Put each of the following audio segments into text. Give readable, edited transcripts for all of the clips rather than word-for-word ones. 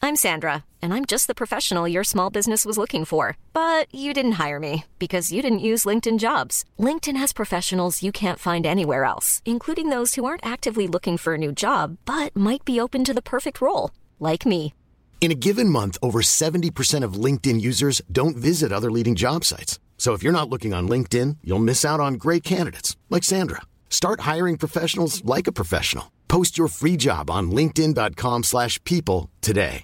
I'm Sandra, and I'm just the professional your small business was looking for. But you didn't hire me because you didn't use LinkedIn Jobs. LinkedIn has professionals you can't find anywhere else, including those who aren't actively looking for a new job, but might be open to the perfect role, like me. In a given month, over 70% of LinkedIn users don't visit other leading job sites. So if you're not looking on LinkedIn, you'll miss out on great candidates like Sandra. Start hiring professionals like a professional. Post your free job on linkedin.com/people today.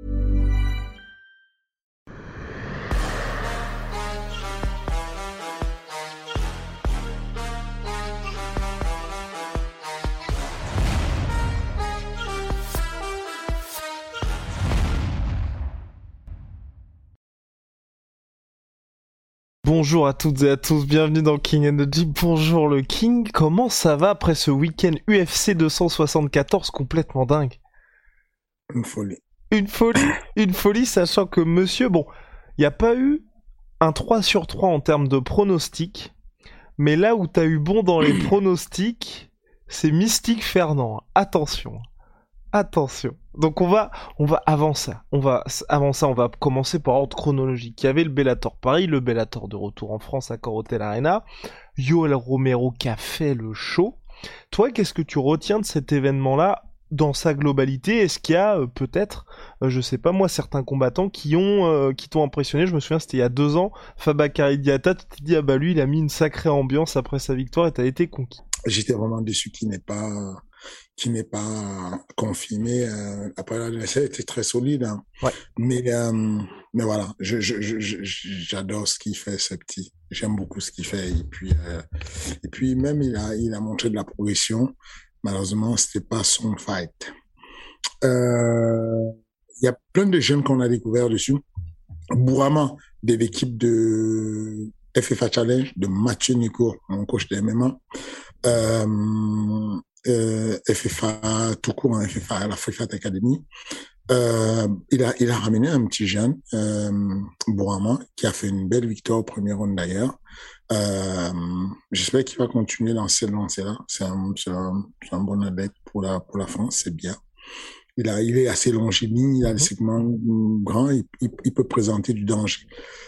Bonjour à toutes et à tous, bienvenue dans King Energy. Bonjour le King, comment ça va après ce week-end UFC 274 complètement dingue? Une folie. Une folie, sachant que monsieur, bon, il n'y a pas eu un 3 sur 3 en termes de pronostics, mais là où t'as eu bon dans les pronostics, c'est Mystique Fernand. Attention. Donc on va avant ça, on va commencer par ordre chronologique. Il y avait le Bellator Paris, le Bellator de retour en France à Corotel Arena, Yoel Romero qui a fait le show. Toi, qu'est-ce que tu retiens de cet événement-là dans sa globalité? Est-ce qu'il y a peut-être, je sais pas moi, certains combattants qui t'ont impressionné? Je me souviens, c'était il y a 2 ans, Fabakary Diatta, tu t'es dit ah bah lui il a mis une sacrée ambiance après sa victoire et t'as été conquis. J'étais vraiment déçu qu'il n'ait pas confirmé. Après l'adversaire était très solide, hein. Ouais. Mais voilà, j'adore ce qu'il fait, ce petit. J'aime beaucoup ce qu'il fait. Et puis même il a montré de la progression. Malheureusement, c'était pas son fight. Il y a plein de jeunes qu'on a découvert dessus. Bourama de l'équipe de FFA Challenge de Mathieu Nico, mon coach de MMA. FFA tout court, hein, FFA, la FFA Academy. Il a ramené un petit jeune, Bourama, qui a fait une belle victoire au premier round d'ailleurs. J'espère qu'il va continuer dans cette lancée-là. C'est un bon adepte pour la France, c'est bien. Il est assez longiligne, il a des segments grands, il peut présenter du danger.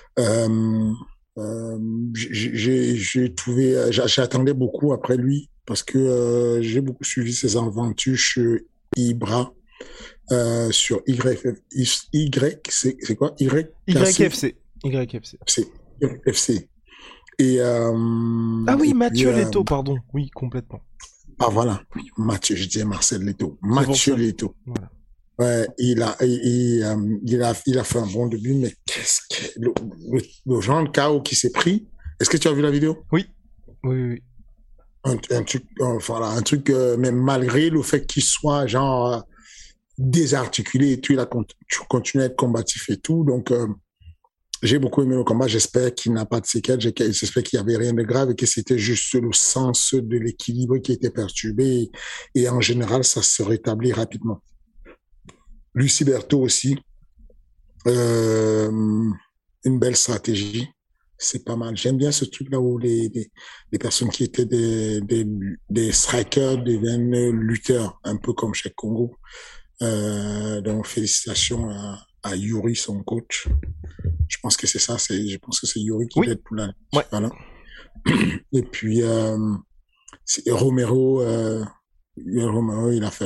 J'attendais beaucoup après lui parce que j'ai beaucoup suivi ses aventures chez Ibra sur c'est quoi? YFC. Et ah oui, Mathieu Leto, pardon. Oui, complètement. Ah voilà, oui, Mathieu, je disais Marcel Leto. Mathieu Leto. Voilà. Ouais, il a fait un bon début, mais qu'est-ce que le genre de chaos qui s'est pris. Est-ce que tu as vu la vidéo? Oui. Un truc, mais malgré le fait qu'il soit genre désarticulé et tout, il continue à être combatif et tout. Donc, j'ai beaucoup aimé le combat. J'espère qu'il n'a pas de séquelles. J'espère qu'il n'y avait rien de grave et que c'était juste le sens de l'équilibre qui était perturbé. Et en général, ça se rétablit rapidement. Lucie Berthaud aussi, une belle stratégie, c'est pas mal. J'aime bien ce truc-là où les personnes qui étaient des strikers deviennent lutteurs, un peu comme chez Congo. Donc félicitations à Yuri, son coach. Je pense que c'est ça, je pense que c'est Yuri qui aide pour la. Ouais. Voilà. Et puis Romero, il a fait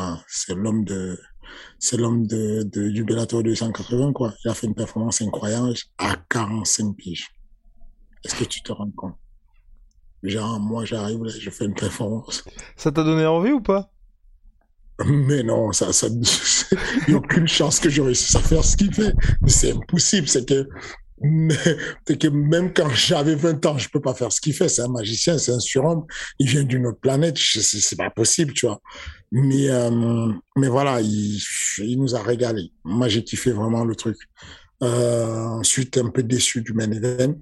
c'est l'homme du Bellator 280, quoi. Il a fait une performance incroyable à 45 piges. Est-ce que tu te rends compte? Genre, moi, j'arrive là, je fais une performance. Ça t'a donné envie ou pas? Mais non, il n'y a aucune chance que je réussisse à faire ce qu'il fait. C'est impossible, c'est que même quand j'avais 20 ans, je peux pas faire ce qu'il fait. C'est un magicien, c'est un surhomme. Il vient d'une autre planète. C'est pas possible, tu vois. Mais voilà, il nous a régalé. Moi, j'ai kiffé vraiment le truc. Ensuite, un peu déçu du main event.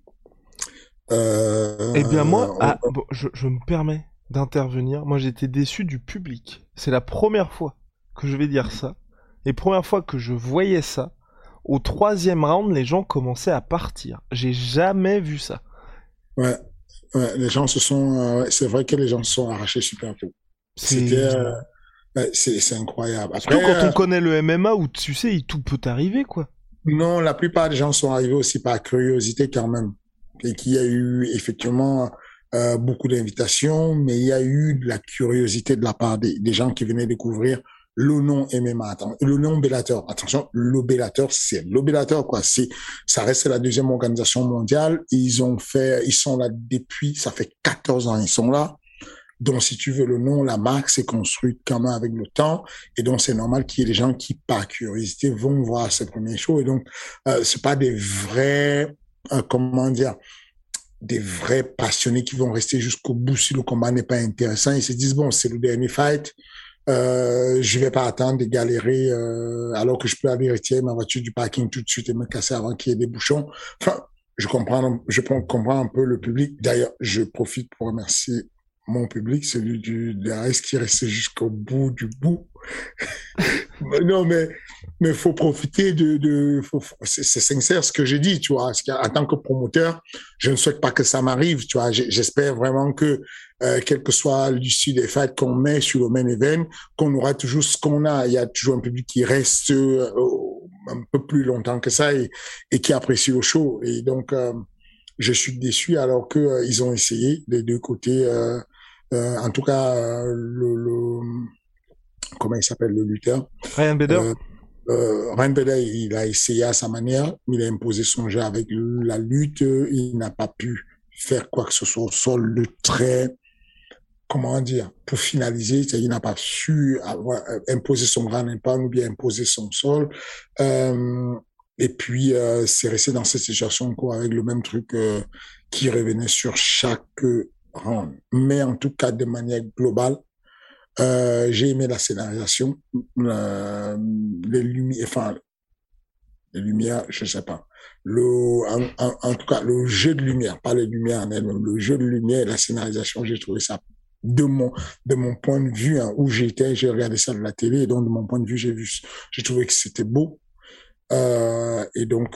Eh bien, moi, je me permets d'intervenir. Moi, j'étais déçu du public. C'est la première fois que je vais dire ça. Et première fois que je voyais ça. Au 3e round, les gens commençaient à partir. J'ai jamais vu ça. Ouais, les gens c'est vrai que les gens se sont arrachés super tôt. C'est incroyable. Surtout Après, quand on connaît le MMA où tu sais, tout peut arriver, quoi. non, la plupart des gens sont arrivés aussi par curiosité quand même. Et qu'il y a eu effectivement beaucoup d'invitations, mais il y a eu de la curiosité de la part des gens qui venaient découvrir le nom MMA. Attends, le nom Bellator. Attention, le Bellator, c'est le Bellator, quoi. Ça reste la deuxième organisation mondiale. Ils sont là depuis, ça fait 14 ans, ils sont là. Donc, si tu veux, le nom, la marque s'est construite quand même avec le temps. Et donc, c'est normal qu'il y ait des gens qui, par curiosité, vont voir ces premiers shows. Et donc, c'est pas des vrais, comment dire, des vrais passionnés qui vont rester jusqu'au bout si le combat n'est pas intéressant. Ils se disent, bon, c'est le dernier fight. Je vais pas attendre de galérer, alors que je peux aller retirer ma voiture du parking tout de suite et me casser avant qu'il y ait des bouchons. Enfin, je comprends un peu le public. D'ailleurs, je profite pour remercier mon public, celui de RS qui est resté jusqu'au bout du bout. Non, mais faut profiter c'est sincère ce que j'ai dit, tu vois. En tant que promoteur, je ne souhaite pas que ça m'arrive, tu vois. J'espère vraiment que, quel que soit l'issue des fights qu'on met sur le main event, qu'on aura toujours ce qu'on a. Il y a toujours un public qui reste un peu plus longtemps que ça et qui apprécie le show. Et donc, je suis déçu alors que ils ont essayé des deux côtés. En tout cas, comment il s'appelle, le lutteur? Ryan Bader. Ryan Bader, il a essayé à sa manière, il a imposé son jeu avec la lutte, il n'a pas pu faire quoi que ce soit au sol, le trait, comment dire, pour finaliser, il n'a pas su imposer son grand impact ou bien imposer son sol. Et puis, c'est resté dans cette situation quoi, avec le même truc qui revenait sur chaque round. Mais en tout cas, de manière globale, j'ai aimé la scénarisation, les lumières, je sais pas. En tout cas, le jeu de lumière, pas les lumières en elles-mêmes, le jeu de lumière et la scénarisation, j'ai trouvé ça de mon point de vue, hein, où j'étais, j'ai regardé ça de la télé, et donc de mon point de vue, j'ai trouvé que c'était beau. Et donc,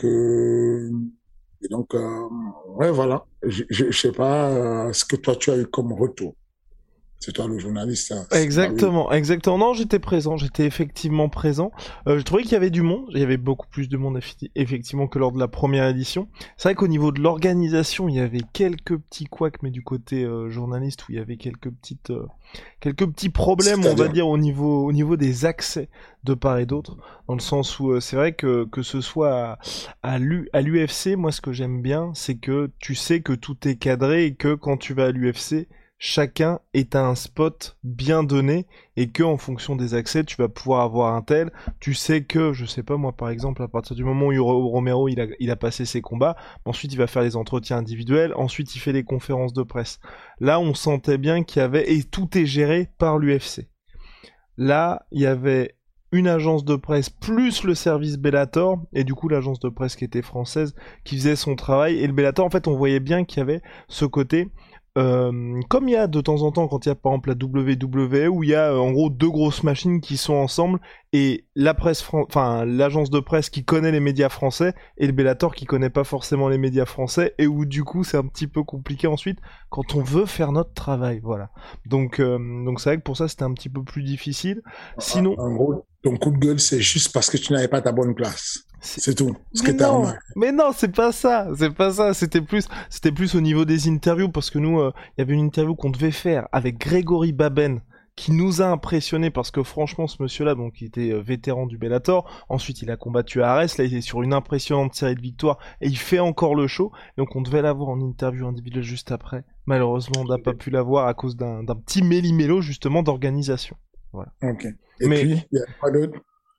ouais, voilà. Je sais pas ce que toi tu as eu comme retour. C'est toi le journaliste. Hein. Exactement. Non, j'étais présent, j'étais effectivement présent. Je trouvais qu'il y avait du monde, il y avait beaucoup plus de monde effectivement que lors de la première édition. C'est vrai qu'au niveau de l'organisation, il y avait quelques petits couacs, mais du côté journaliste, où il y avait quelques petits problèmes, on va dire, au niveau des accès de part et d'autre, dans le sens où c'est vrai que ce soit à l'UFC, moi ce que j'aime bien, c'est que tu sais que tout est cadré et que quand tu vas à l'UFC, chacun est à un spot bien donné et que en fonction des accès tu vas pouvoir avoir un tel. Tu sais que, je sais pas moi par exemple, à partir du moment où Romero il a passé ses combats, ensuite il va faire les entretiens individuels, ensuite il fait les conférences de presse. Là on sentait bien qu'il y avait, et tout est géré par l'UFC. Là il y avait une agence de presse plus le service Bellator, et du coup l'agence de presse qui était française qui faisait son travail, et le Bellator en fait on voyait bien qu'il y avait ce côté comme il y a de temps en temps quand il y a par exemple la WWE où il y a en gros deux grosses machines qui sont ensemble et l'agence de presse qui connaît les médias français et le Bellator qui connaît pas forcément les médias français et où du coup c'est un petit peu compliqué ensuite quand on veut faire notre travail, voilà. Donc c'est vrai que pour ça c'était un petit peu plus difficile. Sinon, en gros, ton coup de gueule c'est juste parce que tu n'avais pas ta bonne place. C'est tout. Mais non, c'est pas ça. C'était plus au niveau des interviews parce que nous, il y avait une interview qu'on devait faire avec Grégory Baben qui nous a impressionnés parce que franchement, ce monsieur-là, donc, il était vétéran du Bellator. Ensuite, il a combattu à Arès. Là, il est sur une impressionnante série de victoires et il fait encore le show. Donc, on devait l'avoir en interview individuelle juste après. Malheureusement, on n'a pas pu l'avoir à cause d'un petit méli-mélo justement d'organisation. Voilà. Ok. Et puis, il y a pas d'autre.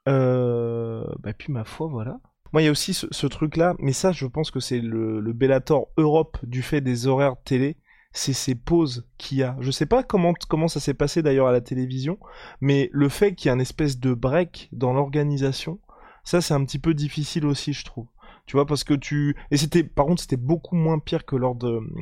Puis ma foi, voilà. Moi, il y a aussi ce truc-là, mais ça, je pense que c'est le Bellator Europe du fait des horaires de télé. C'est ces pauses qu'il y a. Je sais pas comment ça s'est passé d'ailleurs à la télévision, mais le fait qu'il y ait un espèce de break dans l'organisation, ça, c'est un petit peu difficile aussi, je trouve. Tu vois, parce que par contre, c'était beaucoup moins pire que lors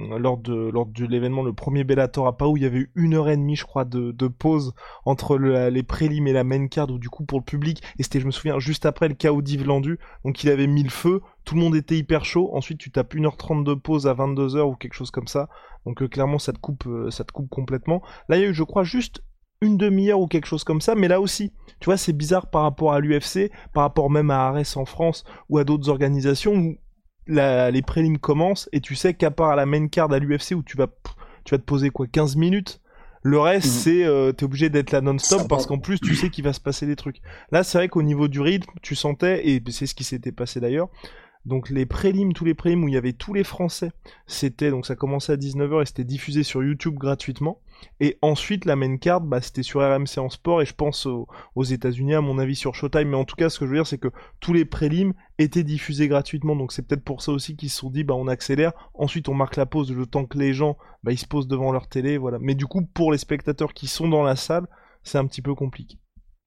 de l'événement, le premier Bellator à Pau, où il y avait eu 1h30, je crois, de pause entre les prélims et la main card, où du coup, pour le public, et c'était, je me souviens, juste après le KO d'Yves Landu, donc il avait mis le feu, tout le monde était hyper chaud, ensuite tu tapes 1h30 de pause à 22h ou quelque chose comme ça, donc clairement, ça te coupe complètement. Là, il y a eu, je crois, juste une demi-heure ou quelque chose comme ça, mais là aussi, tu vois, c'est bizarre par rapport à l'UFC, par rapport même à Ares en France ou à d'autres organisations où les prélims commencent et tu sais qu'à part à la main card à l'UFC où tu vas te poser 15 minutes, le reste c'est t'es obligé d'être là non-stop parce qu'en plus tu sais qu'il va se passer des trucs. Là c'est vrai qu'au niveau du rythme, tu sentais, et c'est ce qui s'était passé d'ailleurs, donc tous les prélims où il y avait tous les Français, donc ça commençait à 19h et c'était diffusé sur YouTube gratuitement. Et ensuite la main card, c'était sur RMC en sport et je pense aux États-Unis à mon avis sur Showtime. Mais en tout cas, ce que je veux dire, c'est que tous les prélims étaient diffusés gratuitement. Donc c'est peut-être pour ça aussi qu'ils se sont dit, on accélère. Ensuite, on marque la pause le temps que les gens, ils se posent devant leur télé, voilà. Mais du coup, pour les spectateurs qui sont dans la salle, c'est un petit peu compliqué.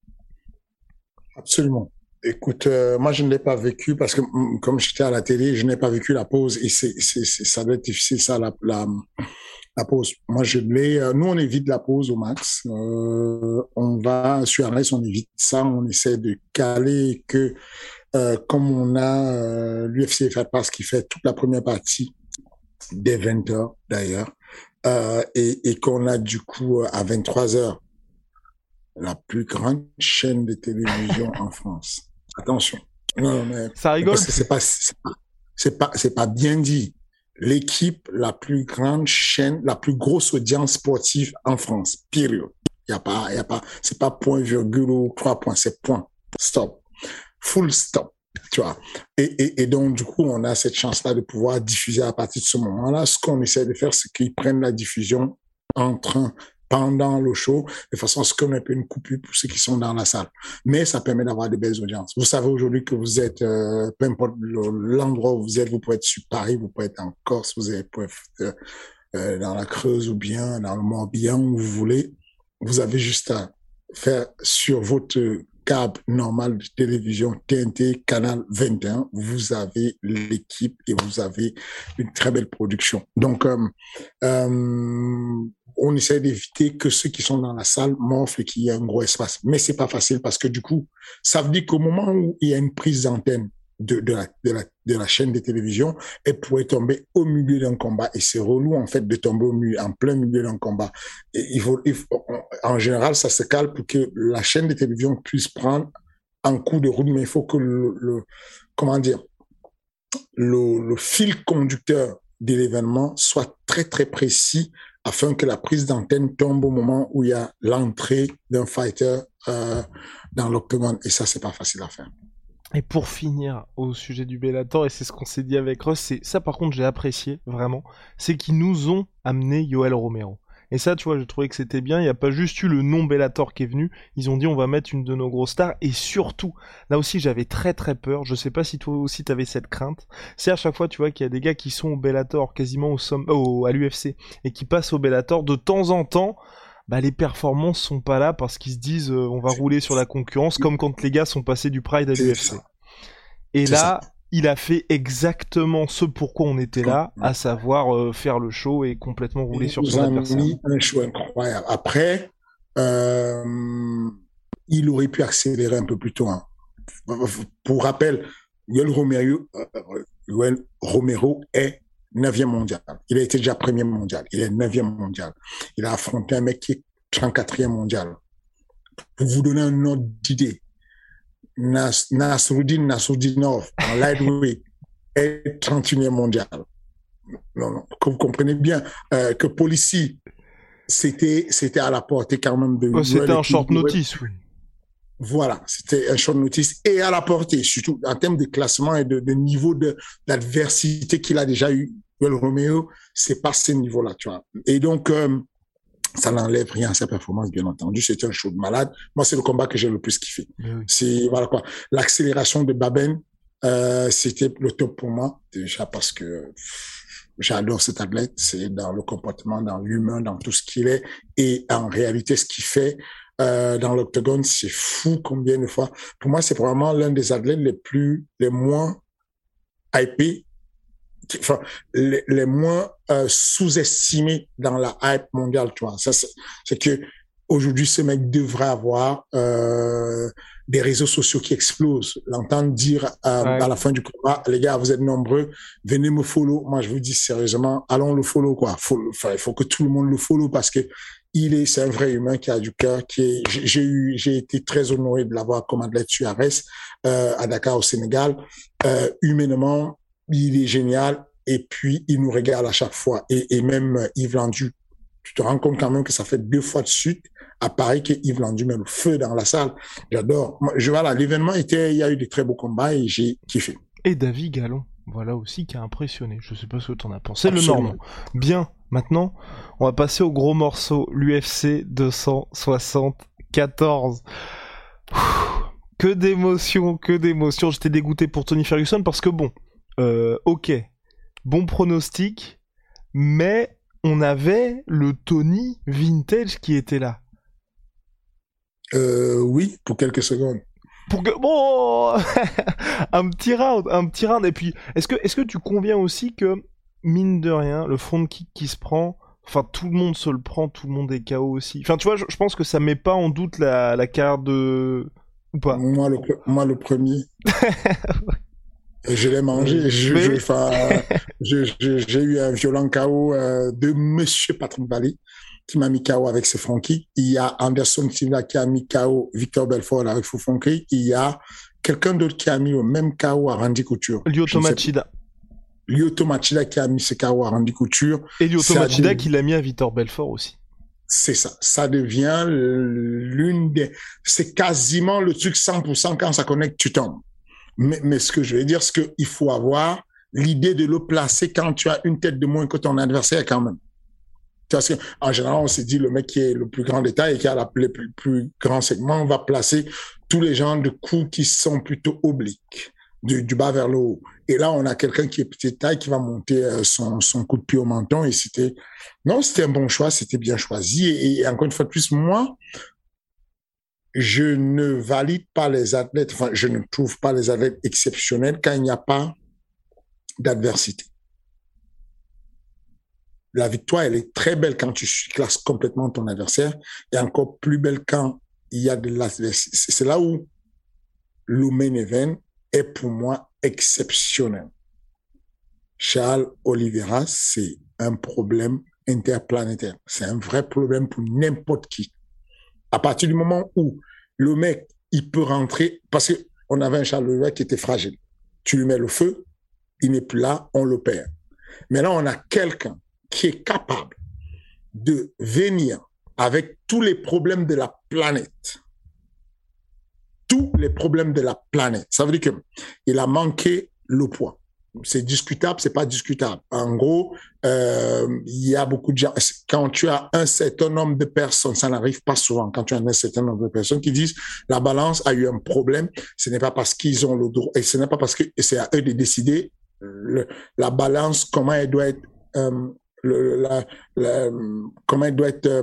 Absolument. Écoute, moi je ne l'ai pas vécu parce que comme j'étais à la télé, je n'ai pas vécu la pause et ça doit être difficile ça la pause. Moi je l'ai. Nous on évite la pause au max. On va sur RS, on évite ça. On essaie de caler que comme on a l'UFC Fight Pass qui fait toute la première partie dès 20h d'ailleurs et qu'on a du coup à 23h la plus grande chaîne de télévision en France. Attention. Non, mais ça rigole. C'est pas bien dit. L'équipe, la plus grande chaîne, la plus grosse audience sportive en France. Période. Y a pas, c'est pas point, virgule ou 3 points, c'est point. Stop. Full stop. Tu vois. Et donc, du coup, on a cette chance-là de pouvoir diffuser à partir de ce moment-là. Ce qu'on essaie de faire, c'est qu'ils prennent la diffusion pendant le show, de façon à ce qu'on ait un peu une coupure pour ceux qui sont dans la salle. Mais ça permet d'avoir de belles audiences. Vous savez aujourd'hui que vous êtes, peu importe l'endroit où vous êtes, vous pouvez être sur Paris, vous pouvez être en Corse, vous pouvez être dans la Creuse ou bien dans le Morbihan, où vous voulez. Vous avez juste à faire sur votre câble normal de télévision TNT, canal 21, vous avez l'équipe et vous avez une très belle production. Donc, on essaie d'éviter que ceux qui sont dans la salle m'offrent et qu'il y ait un gros espace. Mais c'est pas facile parce que du coup, ça veut dire qu'au moment où il y a une prise d'antenne de la chaîne de télévision, elle pourrait tomber au milieu d'un combat. Et c'est relou, en fait, de tomber en plein milieu d'un combat. Et il faut, en général, ça se cale pour que la chaîne de télévision puisse prendre un coup de route, mais il faut que le fil conducteur de l'événement soit très, très précis afin que la prise d'antenne tombe au moment où il y a l'entrée d'un fighter dans l'octogone. Et ça, c'est pas facile à faire. Et pour finir au sujet du Bellator, et c'est ce qu'on s'est dit avec Russ, c'est ça par contre j'ai apprécié vraiment, c'est qu'ils nous ont amené Yoel Romero. Et ça, tu vois, j'ai trouvé que c'était bien. Il n'y a pas juste eu le nom Bellator qui est venu. Ils ont dit, on va mettre une de nos grosses stars. Et surtout, là aussi, j'avais très très peur. Je sais pas si toi aussi t'avais cette crainte. C'est à chaque fois, tu vois, qu'il y a des gars qui sont au Bellator, quasiment à l'UFC, et qui passent au Bellator. De temps en temps, les performances sont pas là parce qu'ils se disent, on va rouler sur la concurrence, comme quand les gars sont passés du Pride à l'UFC. Et là, il a fait exactement ce pourquoi on était là, à savoir faire le show et complètement rouler sur son adversaire. Il a mis un show incroyable. Après, il aurait pu accélérer un peu plus tôt. Hein. Pour rappel, Yoel Romero est 9e mondial. Il a été déjà 1er mondial. Il est 9e mondial. Il a affronté un mec qui est 34e mondial. Pour vous donner un ordre d'idée, Nassoudinov, en lightweight, est 31e mondial. Non, que vous comprenez bien que Policy, c'était à la portée quand même de... c'était un short notice, oui. Voilà, c'était un short notice et à la portée, surtout en termes de classement et de niveau d'adversité qu'il a déjà eu. Yoel Romero, c'est pas ce niveau-là, tu vois. Et donc, ça n'enlève rien à sa performance, bien entendu. C'était un show de malade. Moi, c'est le combat que j'ai le plus kiffé. Oui. C'est, voilà quoi. L'accélération de Baben, c'était le top pour moi. Déjà parce que j'adore cet athlète. C'est dans le comportement, dans l'humain, dans tout ce qu'il est. Et en réalité, ce qu'il fait, dans l'octogone, c'est fou combien de fois. Pour moi, c'est probablement l'un des athlètes les moins hypés, enfin, les moins sous-estimés dans la hype mondiale, tu vois. Ça, c'est que aujourd'hui, ce mec devrait avoir des réseaux sociaux qui explosent. L'entendre dire à la fin du combat, les gars, vous êtes nombreux, venez me follow. Moi, je vous dis sérieusement, allons le follow, quoi. Il faut que tout le monde le follow parce que c'est un vrai humain qui a du cœur, j'ai été très honoré de l'avoir comme athlète Suarez, à Dakar au Sénégal. Humainement, il est génial et puis il nous régale à chaque fois. Et même Yves Landu, tu te rends compte quand même que ça fait 2 fois de suite à Paris que Yves Landu met le feu dans la salle. J'adore. Voilà, l'événement il y a eu des très beaux combats et j'ai kiffé. Et David Gallon, voilà aussi qui a impressionné. Je sais pas ce que t'en as pensé. Absolument. Le Normand. Bien. Maintenant, on va passer au gros morceau, l'UFC 274. Que d'émotions. J'étais dégoûté pour Tony Ferguson parce que bon, ok, bon pronostic, mais on avait le Tony vintage qui était là. Oui, pour quelques secondes. Pour que bon, un petit round. Et puis, est-ce que tu conviens aussi que mine de rien, le front kick qui se prend, enfin tout le monde se le prend, tout le monde est KO aussi. Enfin, tu vois, je pense que ça met pas en doute la carrière de ou pas. Moi le premier. Je l'ai mangé. J'ai eu un violent KO de Monsieur Patrick Vallée qui m'a mis KO avec ses front kicks. Il y a Anderson Silva qui a mis KO Victor Belfort avec son front kick. Il y a quelqu'un d'autre qui a mis le même KO à Randy Couture. Lyoto Machida. Lyoto Machida qui a mis ce KO à Randy Couture. Et Lyoto Machida qui l'a mis à Victor Belfort aussi. C'est ça. Ça devient c'est quasiment le truc 100% quand ça connecte, tu tombes. Mais ce que je veux dire, c'est qu'il faut avoir l'idée de le placer quand tu as une tête de moins que ton adversaire quand même. Parce qu'en général, on s'est dit, le mec qui est le plus grand détail et qui a le plus grand segment, on va placer tous les genres de coups qui sont plutôt obliques, du bas vers le haut. Et là, on a quelqu'un qui est petite taille, qui va monter son coup de pied au menton. Et c'était un bon choix, c'était bien choisi. Et encore une fois de plus, moi, je ne valide pas les athlètes, enfin, je ne trouve pas les athlètes exceptionnels quand il n'y a pas d'adversité. La victoire, elle est très belle quand tu classes complètement ton adversaire et encore plus belle quand il y a de l'adversité. C'est là où le main event est pour moi exceptionnel. Charles Oliveira, c'est un problème interplanétaire. C'est un vrai problème pour n'importe qui. À partir du moment où le mec, il peut rentrer, parce qu'on avait un Charles Oliveira qui était fragile. Tu lui mets le feu, il n'est plus là, on le perd. Mais là, on a quelqu'un qui est capable de venir avec tous les problèmes de la planète. Tous les problèmes de la planète. Ça veut dire qu'il a manqué le poids. C'est discutable, c'est pas discutable. En gros, il y a beaucoup de gens, quand tu as un certain nombre de personnes, ça n'arrive pas souvent, quand tu as un certain nombre de personnes qui disent la balance a eu un problème, ce n'est pas parce qu'ils ont le droit, et ce n'est pas parce que c'est à eux de décider la balance, comment elle doit être comment elle doit être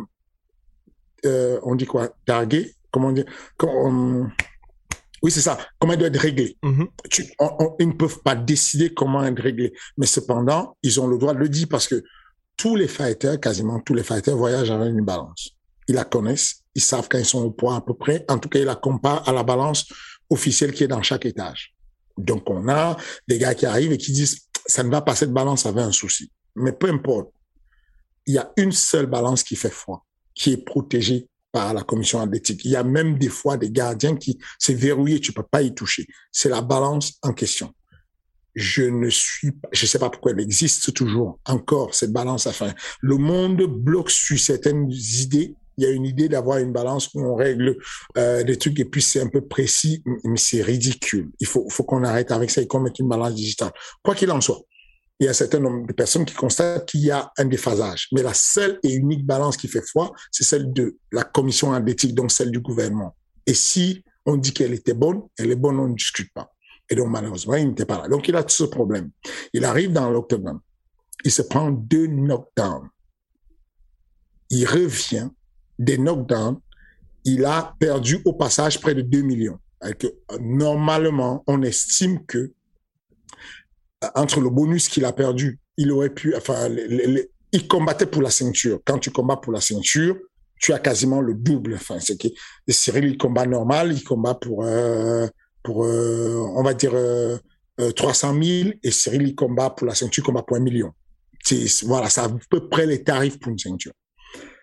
on dit quoi, targuée, comment on dit, oui, c'est ça. Comment elle doit être réglée. Ils ne peuvent pas décider comment être réglée. Mais cependant, ils ont le droit de le dire parce que tous les fighters, quasiment tous les fighters, voyagent avec une balance. Ils la connaissent. Ils savent quand ils sont au poids à peu près. En tout cas, ils la comparent à la balance officielle qui est dans chaque étage. Donc, on a des gars qui arrivent et qui disent, ça ne va pas, cette balance avait un souci. Mais peu importe. Il y a une seule balance qui fait foi, qui est protégée par la commission athlétique. Il y a même des fois des gardiens qui, c'est verrouillé, tu peux pas y toucher. C'est la balance en question. Je sais pas pourquoi elle existe toujours encore, cette balance à faire. Le monde bloque sur certaines idées. Il y a une idée d'avoir une balance où on règle des trucs et puis c'est un peu précis, mais c'est ridicule. Il faut qu'on arrête avec ça et qu'on mette une balance digitale. Quoi qu'il en soit, il y a un certain nombre de personnes qui constatent qu'il y a un déphasage. Mais la seule et unique balance qui fait foi, c'est celle de la commission athlétique, donc celle du gouvernement. Et si on dit qu'elle était bonne, elle est bonne, on ne discute pas. Et donc, malheureusement, il n'était pas là. Donc, il a tout ce problème. Il arrive dans l'octogone. Il se prend 2 knockdowns. Il revient des knockdowns. Il a perdu au passage près de 2 millions. Normalement, on estime que entre le bonus qu'il a perdu, il aurait pu, enfin, il combattait pour la ceinture. Quand tu combats pour la ceinture, tu as quasiment le double. Enfin, c'est que Cyril, il combat normal, il combat pour on va dire, 300 000 et Cyril, il combat pour la ceinture, il combat pour 1 million. Voilà, c'est à peu près les tarifs pour une ceinture.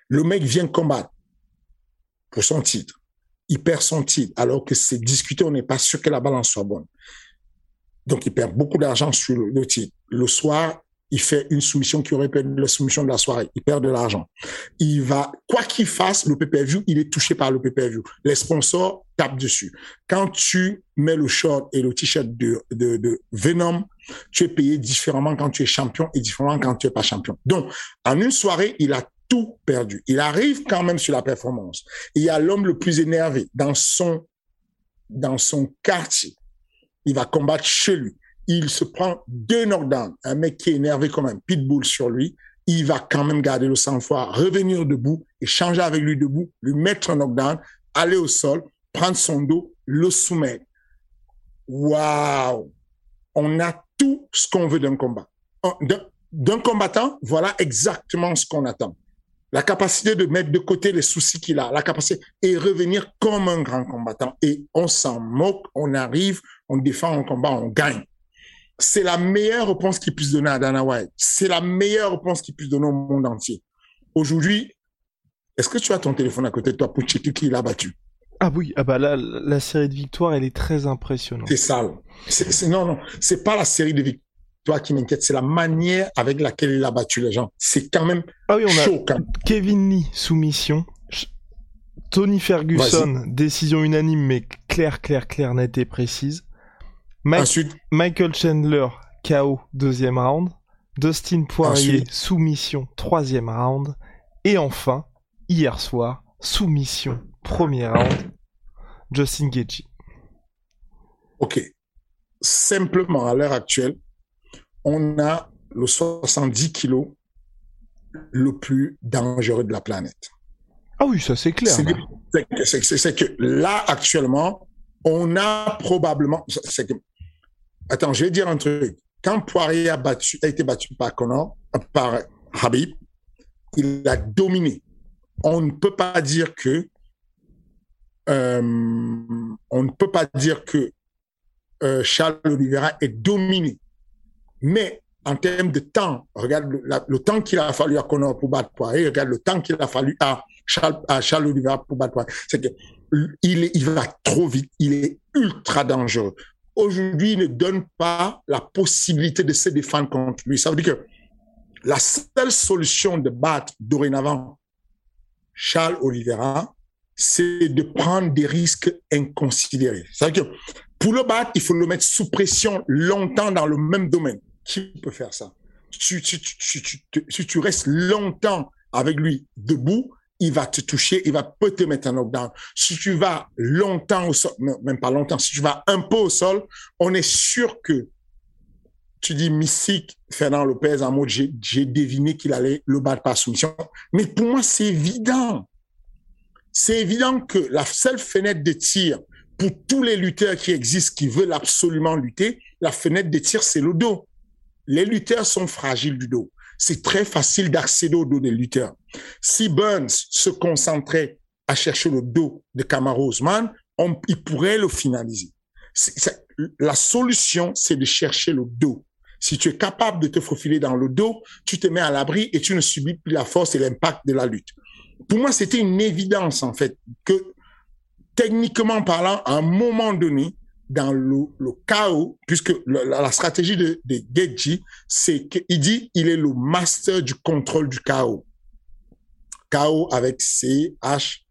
Le mec vient combattre pour son titre. Il perd son titre alors que c'est discuté, on n'est pas sûr que la balance soit bonne. Donc, il perd beaucoup d'argent sur le titre. Le soir, il fait une soumission qui aurait pu être la soumission de la soirée. Il perd de l'argent. Il va, quoi qu'il fasse, le pay-per-view, il est touché par le pay-per-view. Les sponsors tapent dessus. Quand tu mets le short et le t-shirt de Venom, tu es payé différemment quand tu es champion et différemment quand tu es pas champion. Donc, en une soirée, il a tout perdu. Il arrive quand même sur la performance. Il y a l'homme le plus énervé dans son quartier. Il va combattre chez lui. Il se prend 2 knockdowns. Un mec qui est énervé comme un pitbull sur lui, il va quand même garder le sang-froid, revenir debout, échanger avec lui debout, lui mettre un knockdown, aller au sol, prendre son dos, le soumettre. Waouh! On a tout ce qu'on veut d'un combat. D'un combattant, voilà exactement ce qu'on attend. La capacité de mettre de côté les soucis qu'il a, la capacité et revenir comme un grand combattant. Et on s'en moque, on arrive, on défend un combat, on gagne. C'est la meilleure réponse qu'il puisse donner à Dana White. C'est la meilleure réponse qu'il puisse donner au monde entier. Aujourd'hui, est-ce que tu as ton téléphone à côté de toi pour checker qui l'a battu? Ah oui, ah bah là, la série de victoires, elle est très impressionnante. C'est sale. Non, c'est pas la série de victoires qui m'inquiète, c'est la manière avec laquelle il a battu les gens. C'est quand même choquant. Kevin Lee, soumission. Tony Ferguson, décision unanime, mais claire, nette et précise. Ensuite, Michael Chandler, KO, 2e round. Dustin Poirier, Ensuite, soumission, 3e round. Et enfin, hier soir, soumission, 1er round, Justin Gaethje. Ok. Simplement, à l'heure actuelle, on a le 70 kilos le plus dangereux de la planète. Ah oui, ça c'est clair. C'est que là, actuellement, on a probablement... Attends, je vais dire un truc. Quand Poirier a été battu par Khabib, il a dominé. On ne peut pas dire que Charles Oliveira est dominé. Mais en termes de temps, regarde le temps qu'il a fallu à Conor pour battre Poirier, regarde le temps qu'il a fallu à Charles Oliveira pour battre Poirier. C'est que il va trop vite, il est ultra dangereux. Aujourd'hui, il ne donne pas la possibilité de se défendre contre lui. Ça veut dire que la seule solution de battre dorénavant Charles Oliveira, c'est de prendre des risques inconsidérés. Ça veut dire que pour le battre, il faut le mettre sous pression longtemps dans le même domaine. Qui peut faire ça? Si tu restes longtemps avec lui debout, il va te toucher, il va peut te mettre un knockdown. Si tu vas longtemps au sol, même pas longtemps, si tu vas un peu au sol, on est sûr que tu dis mystique, Fernand Lopez, en mode j'ai deviné qu'il allait le battre par soumission. Mais pour moi, c'est évident. C'est évident que la seule fenêtre de tir pour tous les lutteurs qui existent, qui veulent absolument lutter, la fenêtre de tir, c'est le dos. Les lutteurs sont fragiles du dos. C'est très facile d'accéder au dos des lutteurs. Si Burns se concentrait à chercher le dos de Kamaru Usman, il pourrait le finaliser. La solution, c'est de chercher le dos. Si tu es capable de te faufiler dans le dos, tu te mets à l'abri et tu ne subis plus la force et l'impact de la lutte. Pour moi, c'était une évidence, en fait, que techniquement parlant, à un moment donné, dans le chaos, puisque la stratégie de Gaethje, c'est qu'il dit il est le master du contrôle du chaos. Chaos avec C-H-A-O-S.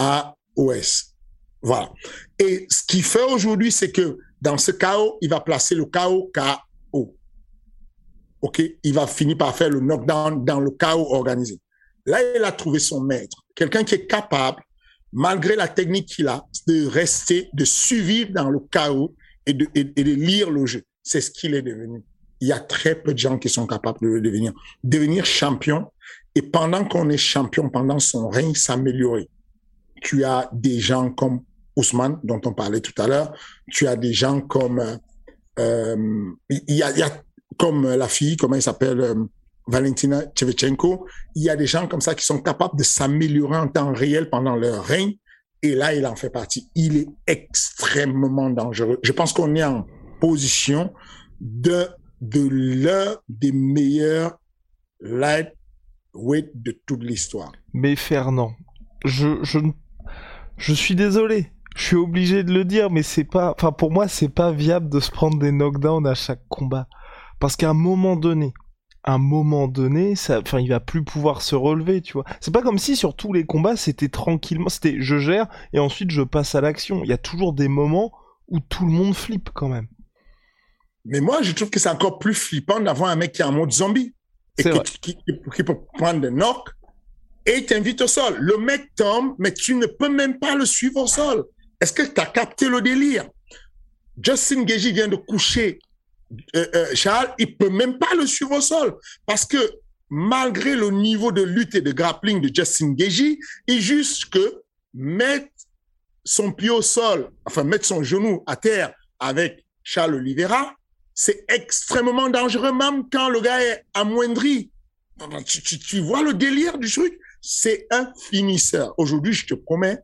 Voilà. Et ce qu'il fait aujourd'hui, c'est que dans ce chaos, il va placer le chaos K.O. OK? Il va finir par faire le knockdown dans le chaos organisé. Là, il a trouvé son maître. Quelqu'un qui est capable, malgré la technique qu'il a, de rester, de survivre dans le chaos et de lire le jeu. C'est ce qu'il est devenu. Il y a très peu de gens qui sont capables de le devenir. Devenir champion, et pendant qu'on est champion, pendant son règne, s'améliorer. Tu as des gens comme Ousmane, dont on parlait tout à l'heure. Tu as des gens comme... il y a comme la fille, comment elle s'appelle Valentina Shevchenko. Il y a des gens comme ça qui sont capables de s'améliorer en temps réel pendant leur règne. Et là, il en fait partie. Il est extrêmement dangereux. Je pense qu'on est en position de l'un des meilleurs weight de toute l'histoire. Mais Fernand, je suis désolé. Je suis obligé de le dire, mais c'est pas, enfin, pour moi, c'est pas viable de se prendre des knockdowns à chaque combat. Parce qu'à un moment donné, ça, enfin, il va plus pouvoir se relever, tu vois. C'est pas comme si sur tous les combats, c'était tranquillement, c'était je gère et ensuite je passe à l'action. Il y a toujours des moments où tout le monde flippe quand même. Mais moi, je trouve que c'est encore plus flippant d'avoir un mec qui est en mode zombie et qui peut prendre des knocks et t'invite au sol. Le mec tombe, mais tu ne peux même pas le suivre au sol. Est-ce que tu as capté le délire? Justin Gaethje vient de coucher Charles, il peut même pas le suivre au sol parce que malgré le niveau de lutte et de grappling de Justin Gaethje, il juge que mettre son pied au sol, enfin mettre son genou à terre avec Charles Oliveira, c'est extrêmement dangereux même quand le gars est amoindri. Tu vois le délire du truc? C'est un finisseur. Aujourd'hui, je te promets,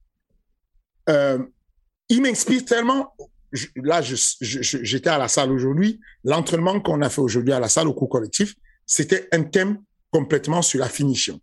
il m'inspire tellement. J'étais à la salle aujourd'hui. L'entraînement qu'on a fait aujourd'hui à la salle au cours collectif, c'était un thème complètement sur la finition.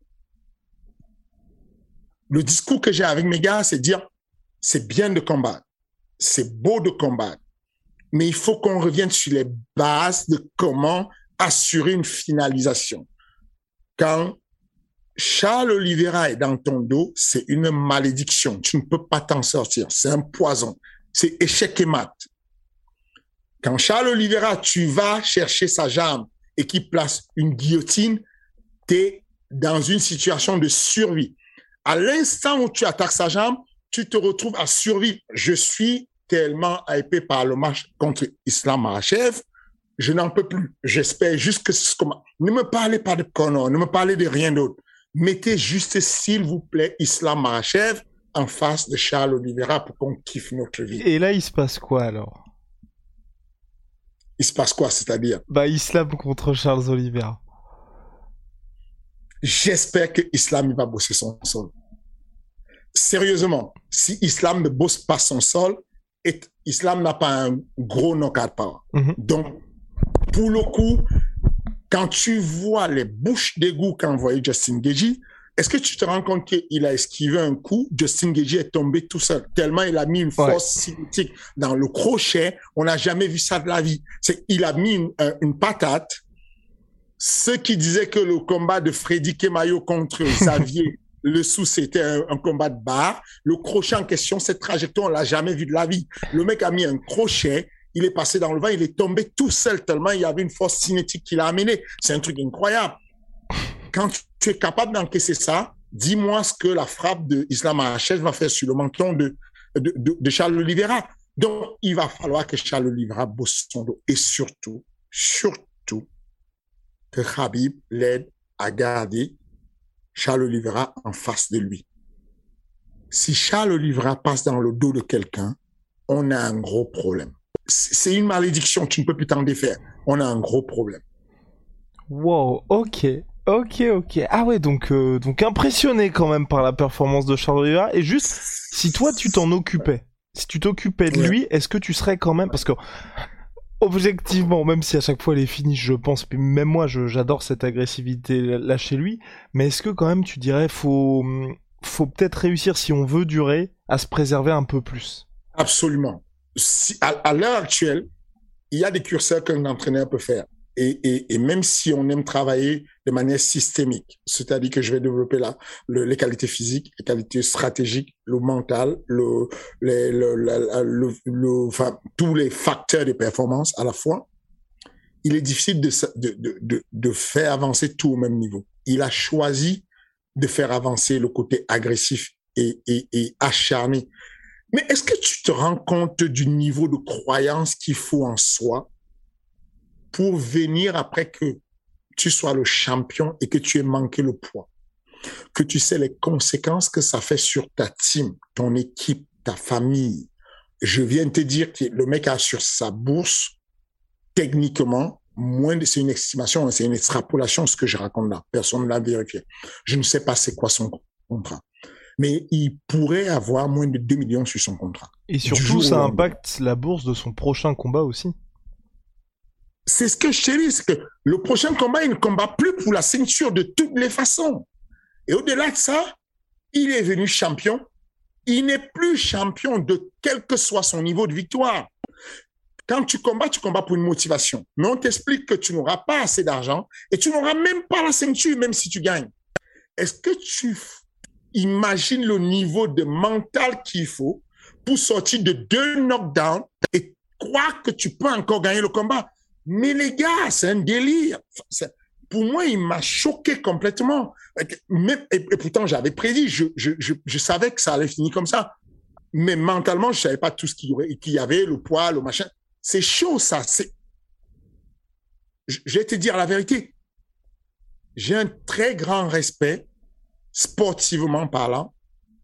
Le discours que j'ai avec mes gars, c'est dire, c'est bien de combattre, c'est beau de combattre, mais il faut qu'on revienne sur les bases de comment assurer une finalisation. Quand Charles Oliveira est dans ton dos, c'est une malédiction. Tu ne peux pas t'en sortir. C'est un poison. C'est échec et mat. Quand Charles Oliveira, tu vas chercher sa jambe et qu'il place une guillotine, tu es dans une situation de survie. À l'instant où tu attaques sa jambe, tu te retrouves à survivre. Je suis tellement hypé par le match contre Islam Makhachev, je n'en peux plus. J'espère juste que c'est comme... Ne me parlez pas de Conor, ne me parlez de rien d'autre. Mettez juste, s'il vous plaît, Islam Makhachev en face de Charles Oliveira pour qu'on kiffe notre vie. Et là, il se passe quoi alors? Il se passe quoi, c'est-à-dire? Bah, Islam contre Charles Oliveira. J'espère que Islam il va bosser son sol. Sérieusement, si Islam ne bosse pas son sol, Islam n'a pas un gros knockout power. Donc, pour le coup, quand tu vois les bouches d'égout qu'a envoyé Justin Gaethje, est-ce que tu te rends compte qu'il a esquivé un coup? Justin Gaethje est tombé tout seul. Tellement il a mis une force cinétique dans le crochet. On n'a jamais vu ça de la vie. Il a mis une patate. Ceux qui disaient que le combat de Freddy Kemayo contre Xavier Le Sous, c'était un combat de barre. Le crochet en question, cette trajectoire, on l'a jamais vu de la vie. Le mec a mis un crochet, il est passé dans le vent, il est tombé tout seul tellement il y avait une force cinétique qui l'a amené. C'est un truc incroyable. Quand tu es capable d'encaisser ça, dis-moi ce que la frappe de Islam Makhachev va faire sur le menton de Charles Oliveira. Donc, il va falloir que Charles Oliveira bosse son dos. Et surtout, que Khabib l'aide à garder Charles Oliveira en face de lui. Si Charles Oliveira passe dans le dos de quelqu'un, on a un gros problème. C'est une malédiction, tu ne peux plus t'en défaire. On a un gros problème. Wow, ok. Ah ouais, donc impressionné quand même par la performance de Charles Oliveira. Et juste, si toi tu t'en occupais, si tu t'occupais de lui, est-ce que tu serais quand même... Parce que, objectivement, même si à chaque fois elle est finie, je pense, même moi j'adore cette agressivité là chez lui, mais est-ce que quand même tu dirais faut peut-être réussir, si on veut durer, à se préserver un peu plus? Absolument. À l'heure actuelle, il y a des curseurs qu'un entraîneur peut faire. Et même si on aime travailler de manière systémique, c'est-à-dire que je vais développer les qualités physiques, les qualités stratégiques, le mental, enfin, tous les facteurs de performance à la fois, il est difficile de faire avancer tout au même niveau. Il a choisi de faire avancer le côté agressif et acharné. Mais est-ce que tu te rends compte du niveau de croyance qu'il faut en soi pour venir après que tu sois le champion et que tu aies manqué le poids, que tu sais les conséquences que ça fait sur ta team, ton équipe, ta famille. Je viens de te dire que le mec a sur sa bourse, techniquement, c'est une estimation, c'est une extrapolation ce que je raconte là. Personne ne l'a vérifié. Je ne sais pas c'est quoi son contrat. Mais il pourrait avoir moins de 2 millions sur son contrat. Et surtout, ça impacte la bourse de son prochain combat aussi. C'est ce que je te dis, c'est que le prochain combat, il ne combat plus pour la ceinture de toutes les façons. Et au-delà de ça, il est venu champion. Il n'est plus champion de quel que soit son niveau de victoire. Quand tu combats pour une motivation. Mais on t'explique que tu n'auras pas assez d'argent et tu n'auras même pas la ceinture, même si tu gagnes. Est-ce que tu imagines le niveau de mental qu'il faut pour sortir de 2 knockdowns et croire que tu peux encore gagner le combat? Mais les gars, c'est un délire. Pour moi, il m'a choqué complètement. Et pourtant, j'avais prédit, je savais que ça allait finir comme ça. Mais mentalement, je savais pas tout ce qu'il y avait, le poids, le machin. C'est chaud, ça. Je vais te dire la vérité. J'ai un très grand respect, sportivement parlant,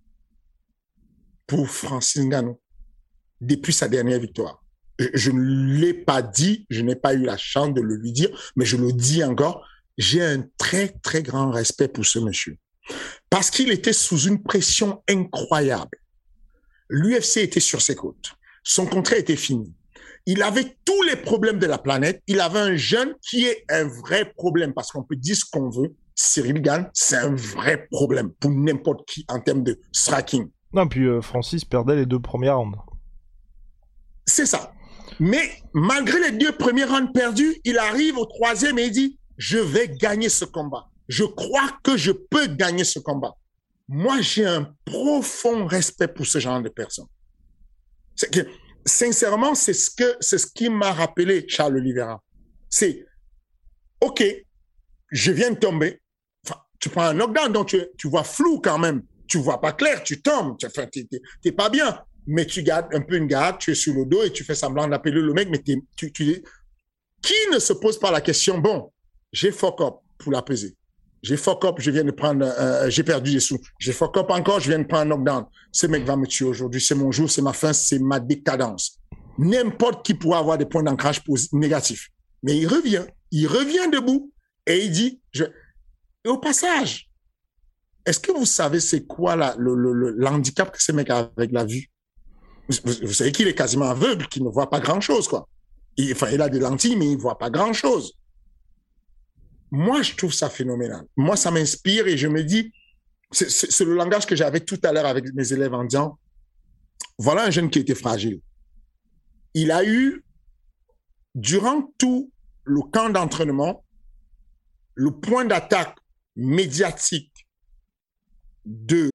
pour Francis Ngannou, depuis sa dernière victoire. Je ne l'ai pas dit, je n'ai pas eu la chance de le lui dire, mais je le dis encore, j'ai un très, très grand respect pour ce monsieur. Parce qu'il était sous une pression incroyable. L'UFC était sur ses côtes. Son contrat était fini. Il avait tous les problèmes de la planète. Il avait un jeune qui est un vrai problème, parce qu'on peut dire ce qu'on veut. Cyril Gane, c'est un vrai problème pour n'importe qui en termes de striking. Non, puis Francis perdait les 2 premiers rounds. C'est ça. Mais malgré les 2 premiers rounds perdus, il arrive au 3e et il dit « Je vais gagner ce combat. Je crois que je peux gagner ce combat. » Moi, j'ai un profond respect pour ce genre de personnes. C'est que, sincèrement, c'est ce qui m'a rappelé Charles Oliveira. C'est « Ok, je viens de tomber. » Enfin, tu prends un knockdown, donc tu vois flou quand même. Tu vois pas clair, tu tombes. Enfin, t'es pas bien. Mais tu gardes un peu une garde, tu es sur le dos et tu fais semblant d'appeler le mec, mais qui ne se pose pas la question, bon, j'ai fuck up pour la peser. J'ai fuck up, je viens de prendre, j'ai perdu des sous. J'ai fuck up encore, je viens de prendre un knockdown. Ce mec va me tuer aujourd'hui, c'est mon jour, c'est ma fin, c'est ma décadence. N'importe qui pourrait avoir des points d'ancrage négatifs. Mais il revient debout et il dit, et au passage, est-ce que vous savez c'est quoi l'handicap que ce mec a avec la vue? Vous savez qu'il est quasiment aveugle, qu'il ne voit pas grand-chose, quoi. Il a des lentilles, mais il ne voit pas grand-chose. Moi, je trouve ça phénoménal. Moi, ça m'inspire et je me dis, c'est le langage que j'avais tout à l'heure avec mes élèves en disant, voilà un jeune qui était fragile. Il a eu, durant tout le camp d'entraînement, le point d'attaque médiatique de...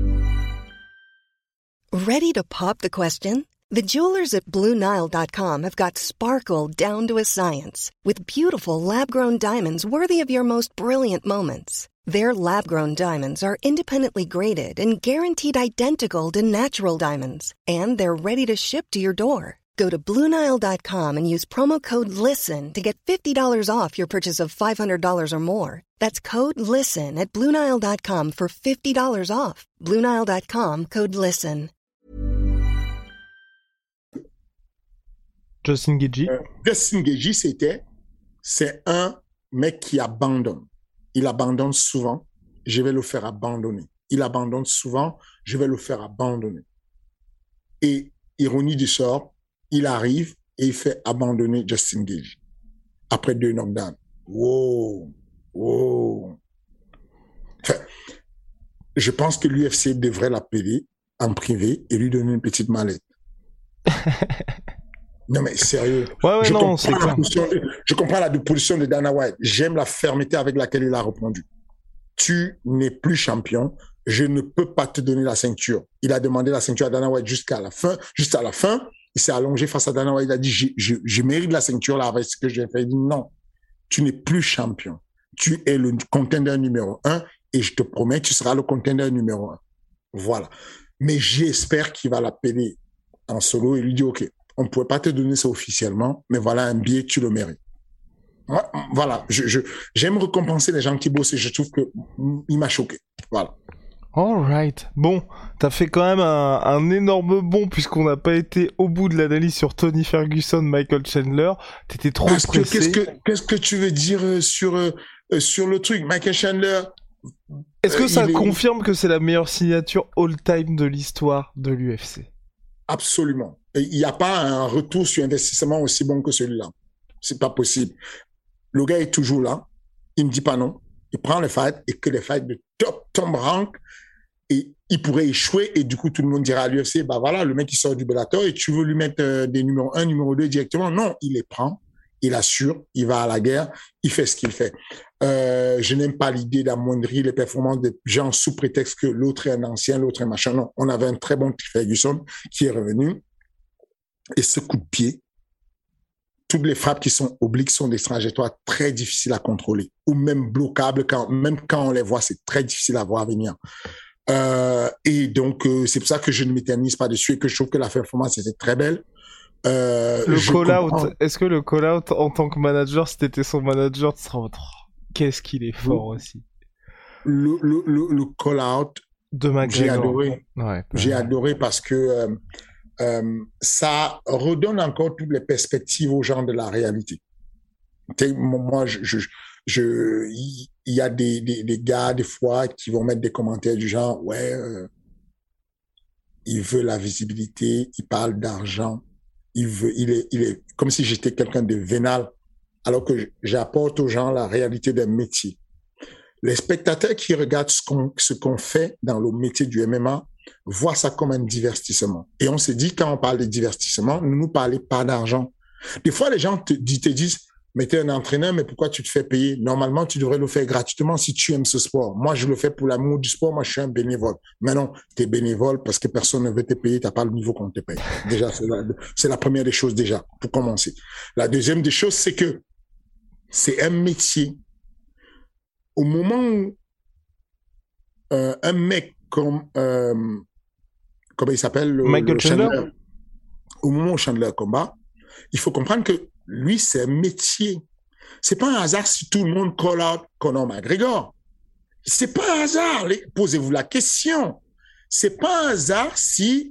Ready to pop the question? The jewelers at BlueNile.com have got sparkle down to a science with beautiful lab-grown diamonds worthy of your most brilliant moments. Their lab-grown diamonds are independently graded and guaranteed identical to natural diamonds, and they're ready to ship to your door. Go to BlueNile.com and use promo code LISTEN to get $50 off your purchase of $500 or more. That's code LISTEN at BlueNile.com for $50 off. BlueNile.com, code LISTEN. Justin Gaethje. Justin Gaethje, c'est un mec qui abandonne. Il abandonne souvent, je vais le faire abandonner. Il abandonne souvent, je vais le faire abandonner. Et ironie du sort, il arrive et il fait abandonner Justin Gaethje après 2 knockdowns. Wow. Enfin, je pense que l'UFC devrait l'appeler en privé et lui donner une petite mallette. Non mais sérieux. Ouais, non, c'est clair. Je comprends la position de Dana White. J'aime la fermeté avec laquelle il a répondu. Tu n'es plus champion. Je ne peux pas te donner la ceinture. Il a demandé la ceinture à Dana White jusqu'à la fin. Juste à la fin, il s'est allongé face à Dana White. Il a dit, je mérite la ceinture là avec ce que j'ai fait. Il dit non, tu n'es plus champion. Tu es le contender numéro 1 et je te promets, tu seras le contender numéro 1. Voilà. Mais j'espère qu'il va l'appeler en solo et lui dire, OK, on ne pouvait pas te donner ça officiellement, mais voilà un billet, tu le mérites. Voilà, j'aime récompenser les gens qui bossent et je trouve qu'il m'a choqué. Voilà. Alright. Bon, t'as fait quand même un énorme bond puisqu'on n'a pas été au bout de l'analyse sur Tony Ferguson, Michael Chandler. T'étais trop pressé. Qu'est-ce que tu veux dire sur le truc, Michael Chandler? Est-ce que ça confirme que c'est la meilleure signature all-time de l'histoire de l'UFC? Absolument. Il n'y a pas un retour sur investissement aussi bon que celui-là. C'est pas possible. Le gars est toujours là. Il me dit pas non. Il prend les fights et que les fights de top rank et il pourrait échouer et du coup tout le monde dira à l'UFC, bah voilà, le mec il sort du Bellator et tu veux lui mettre des numéro 1, numéro 2 directement. Non, il les prend, il assure, il va à la guerre, il fait ce qu'il fait. Je n'aime pas l'idée d'amoindrir les performances des gens sous prétexte que l'autre est un ancien, l'autre est machin. Non, on avait un très bon Ferguson qui est revenu et ce coup de pied, toutes les frappes qui sont obliques sont des trajectoires très difficiles à contrôler ou même bloquables même quand on les voit, c'est très difficile à voir venir. Et donc, c'est pour ça que je ne m'éternise pas dessus et que je trouve que la performance était très belle. Le call-out, est-ce que le call-out en tant que manager, si t'étais son manager, tu serais en mode, qu'est-ce qu'il est fort aussi. Le call-out de McGregor. J'ai adoré. Ouais, j'ai adoré parce que ça redonne encore toutes les perspectives aux gens de la réalité. Moi, il y a des gars, des fois, qui vont mettre des commentaires du genre, ouais, il veut la visibilité, il parle d'argent, il est comme si j'étais quelqu'un de vénal, alors que j'apporte aux gens la réalité d'un métier. Les spectateurs qui regardent ce qu'on fait dans le métier du MMA voient ça comme un divertissement. Et on se dit, quand on parle de divertissement, ne nous parlez pas d'argent. Des fois, les gens te disent, mais t'es un entraîneur, mais pourquoi tu te fais payer? Normalement, tu devrais le faire gratuitement si tu aimes ce sport. Moi, je le fais pour l'amour du sport. Moi, je suis un bénévole. Mais non, t'es bénévole parce que personne ne veut te payer. T'as pas le niveau qu'on te paye. Déjà, c'est la première des choses déjà, pour commencer. La deuxième des choses, c'est que c'est un métier. Au moment où un mec comme comment il s'appelle, Michael Chandler. Au moment où Chandler combat, il faut comprendre que lui, c'est un métier. C'est pas un hasard si tout le monde call out Conor McGregor. C'est pas un hasard. Posez-vous la question. C'est pas un hasard si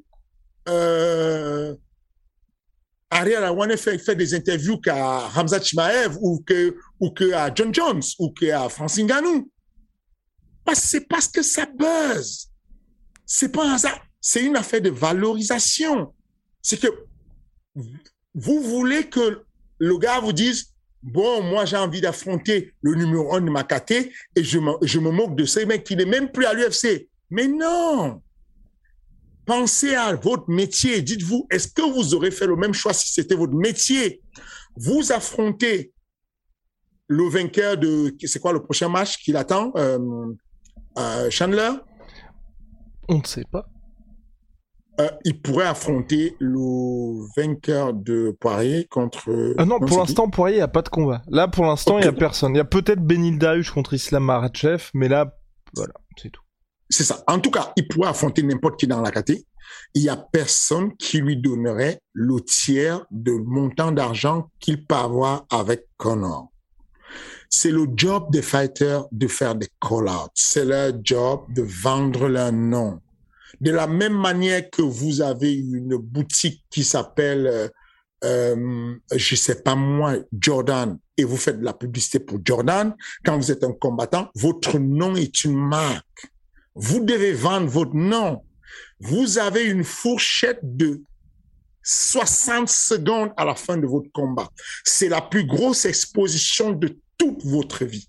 Ariel Helwani fait des interviews qu'à Khamzat Chimaev ou que à John Jones ou qu'à Francis Ngannou. C'est parce que ça buzz. C'est pas un hasard. C'est une affaire de valorisation. C'est que vous voulez que le gars vous dise, bon, moi j'ai envie d'affronter le numéro 1 de ma KT et je me moque de ce mec qui n'est même plus à l'UFC. Mais non. Pensez à votre métier. Dites-vous, est-ce que vous aurez fait le même choix si c'était votre métier? Vous affrontez le vainqueur c'est quoi le prochain match qu'il attend? Chandler? On ne sait pas. Il pourrait affronter le vainqueur de Poirier contre... non, pour l'instant, Poirier, il n'y a pas de combat. Là, pour l'instant, il n'y a personne. Il y a peut-être Benil Dariush contre Islam Makhachev, mais là, voilà, c'est tout. C'est ça. En tout cas, il pourrait affronter n'importe qui dans la KT. Il n'y a personne qui lui donnerait le tiers de montant d'argent qu'il peut avoir avec Conor. C'est le job des fighters de faire des call-outs. C'est leur job de vendre leur nom. De la même manière que vous avez une boutique qui s'appelle, je sais pas moi, Jordan, et vous faites de la publicité pour Jordan, quand vous êtes un combattant, votre nom est une marque. Vous devez vendre votre nom. Vous avez une fourchette de 60 secondes à la fin de votre combat. C'est la plus grosse exposition de toute votre vie.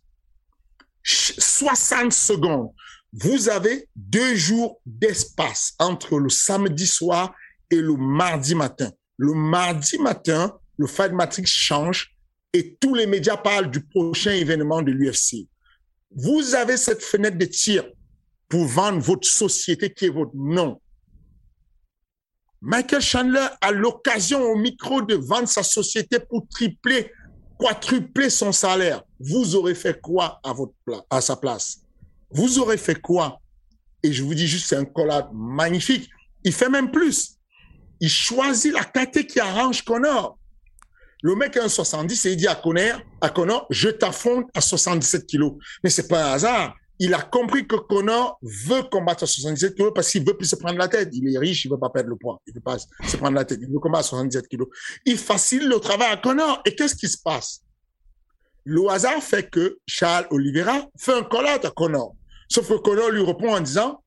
60 secondes. Vous avez 2 jours d'espace entre le samedi soir et le mardi matin. Le mardi matin, le Fight Matrix change et tous les médias parlent du prochain événement de l'UFC. Vous avez cette fenêtre de tir pour vendre votre société qui est votre nom. Michael Chandler a l'occasion au micro de vendre sa société pour tripler, quadrupler son salaire. Vous aurez fait quoi à sa place? Vous aurez fait quoi? Et je vous dis juste, c'est un collab magnifique. Il fait même plus. Il choisit la KT qui arrange Conor. Le mec a un 70 et il dit à Conor, je t'affronte à 77 kilos. Mais c'est pas un hasard. Il a compris que Conor veut combattre à 77 kilos parce qu'il veut plus se prendre la tête. Il est riche, il veut pas perdre le poids. Il veut pas se prendre la tête. Il veut combattre à 77 kilos. Il facilite le travail à Conor. Et qu'est-ce qui se passe? Le hasard fait que Charles Oliveira fait un call-out à Conor. Sauf que Conor lui répond en disant,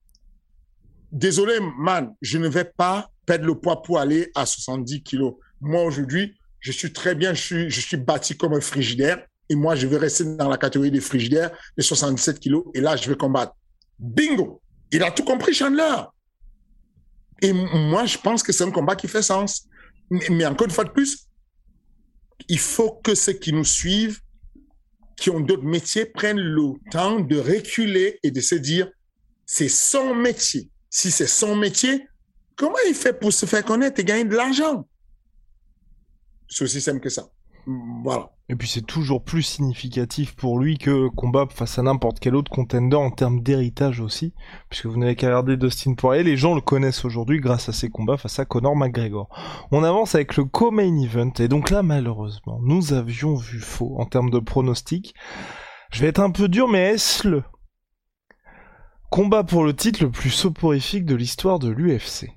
désolé, man, je ne vais pas perdre le poids pour aller à 70 kilos. Moi, aujourd'hui, je suis très bien, je suis bâti comme un frigidaire, et moi, je vais rester dans la catégorie des frigidaires de 77 kilos, et là, je vais combattre. Bingo! Il a tout compris, Chandler. Et moi, je pense que c'est un combat qui fait sens. Mais encore une fois de plus, il faut que ceux qui nous suivent, qui ont d'autres métiers, prennent le temps de reculer et de se dire, c'est son métier. Si c'est son métier, comment il fait pour se faire connaître et gagner de l'argent? C'est aussi simple que ça. Voilà. Et puis c'est toujours plus significatif pour lui que combat face à n'importe quel autre contender en termes d'héritage aussi, puisque vous n'avez qu'à regarder Dustin Poirier, les gens le connaissent aujourd'hui grâce à ses combats face à Conor McGregor. On avance avec le co-main event, et donc là malheureusement, nous avions vu faux en termes de pronostic. Je vais être un peu dur, mais est-ce le combat pour le titre le plus soporifique de l'histoire de l'UFC?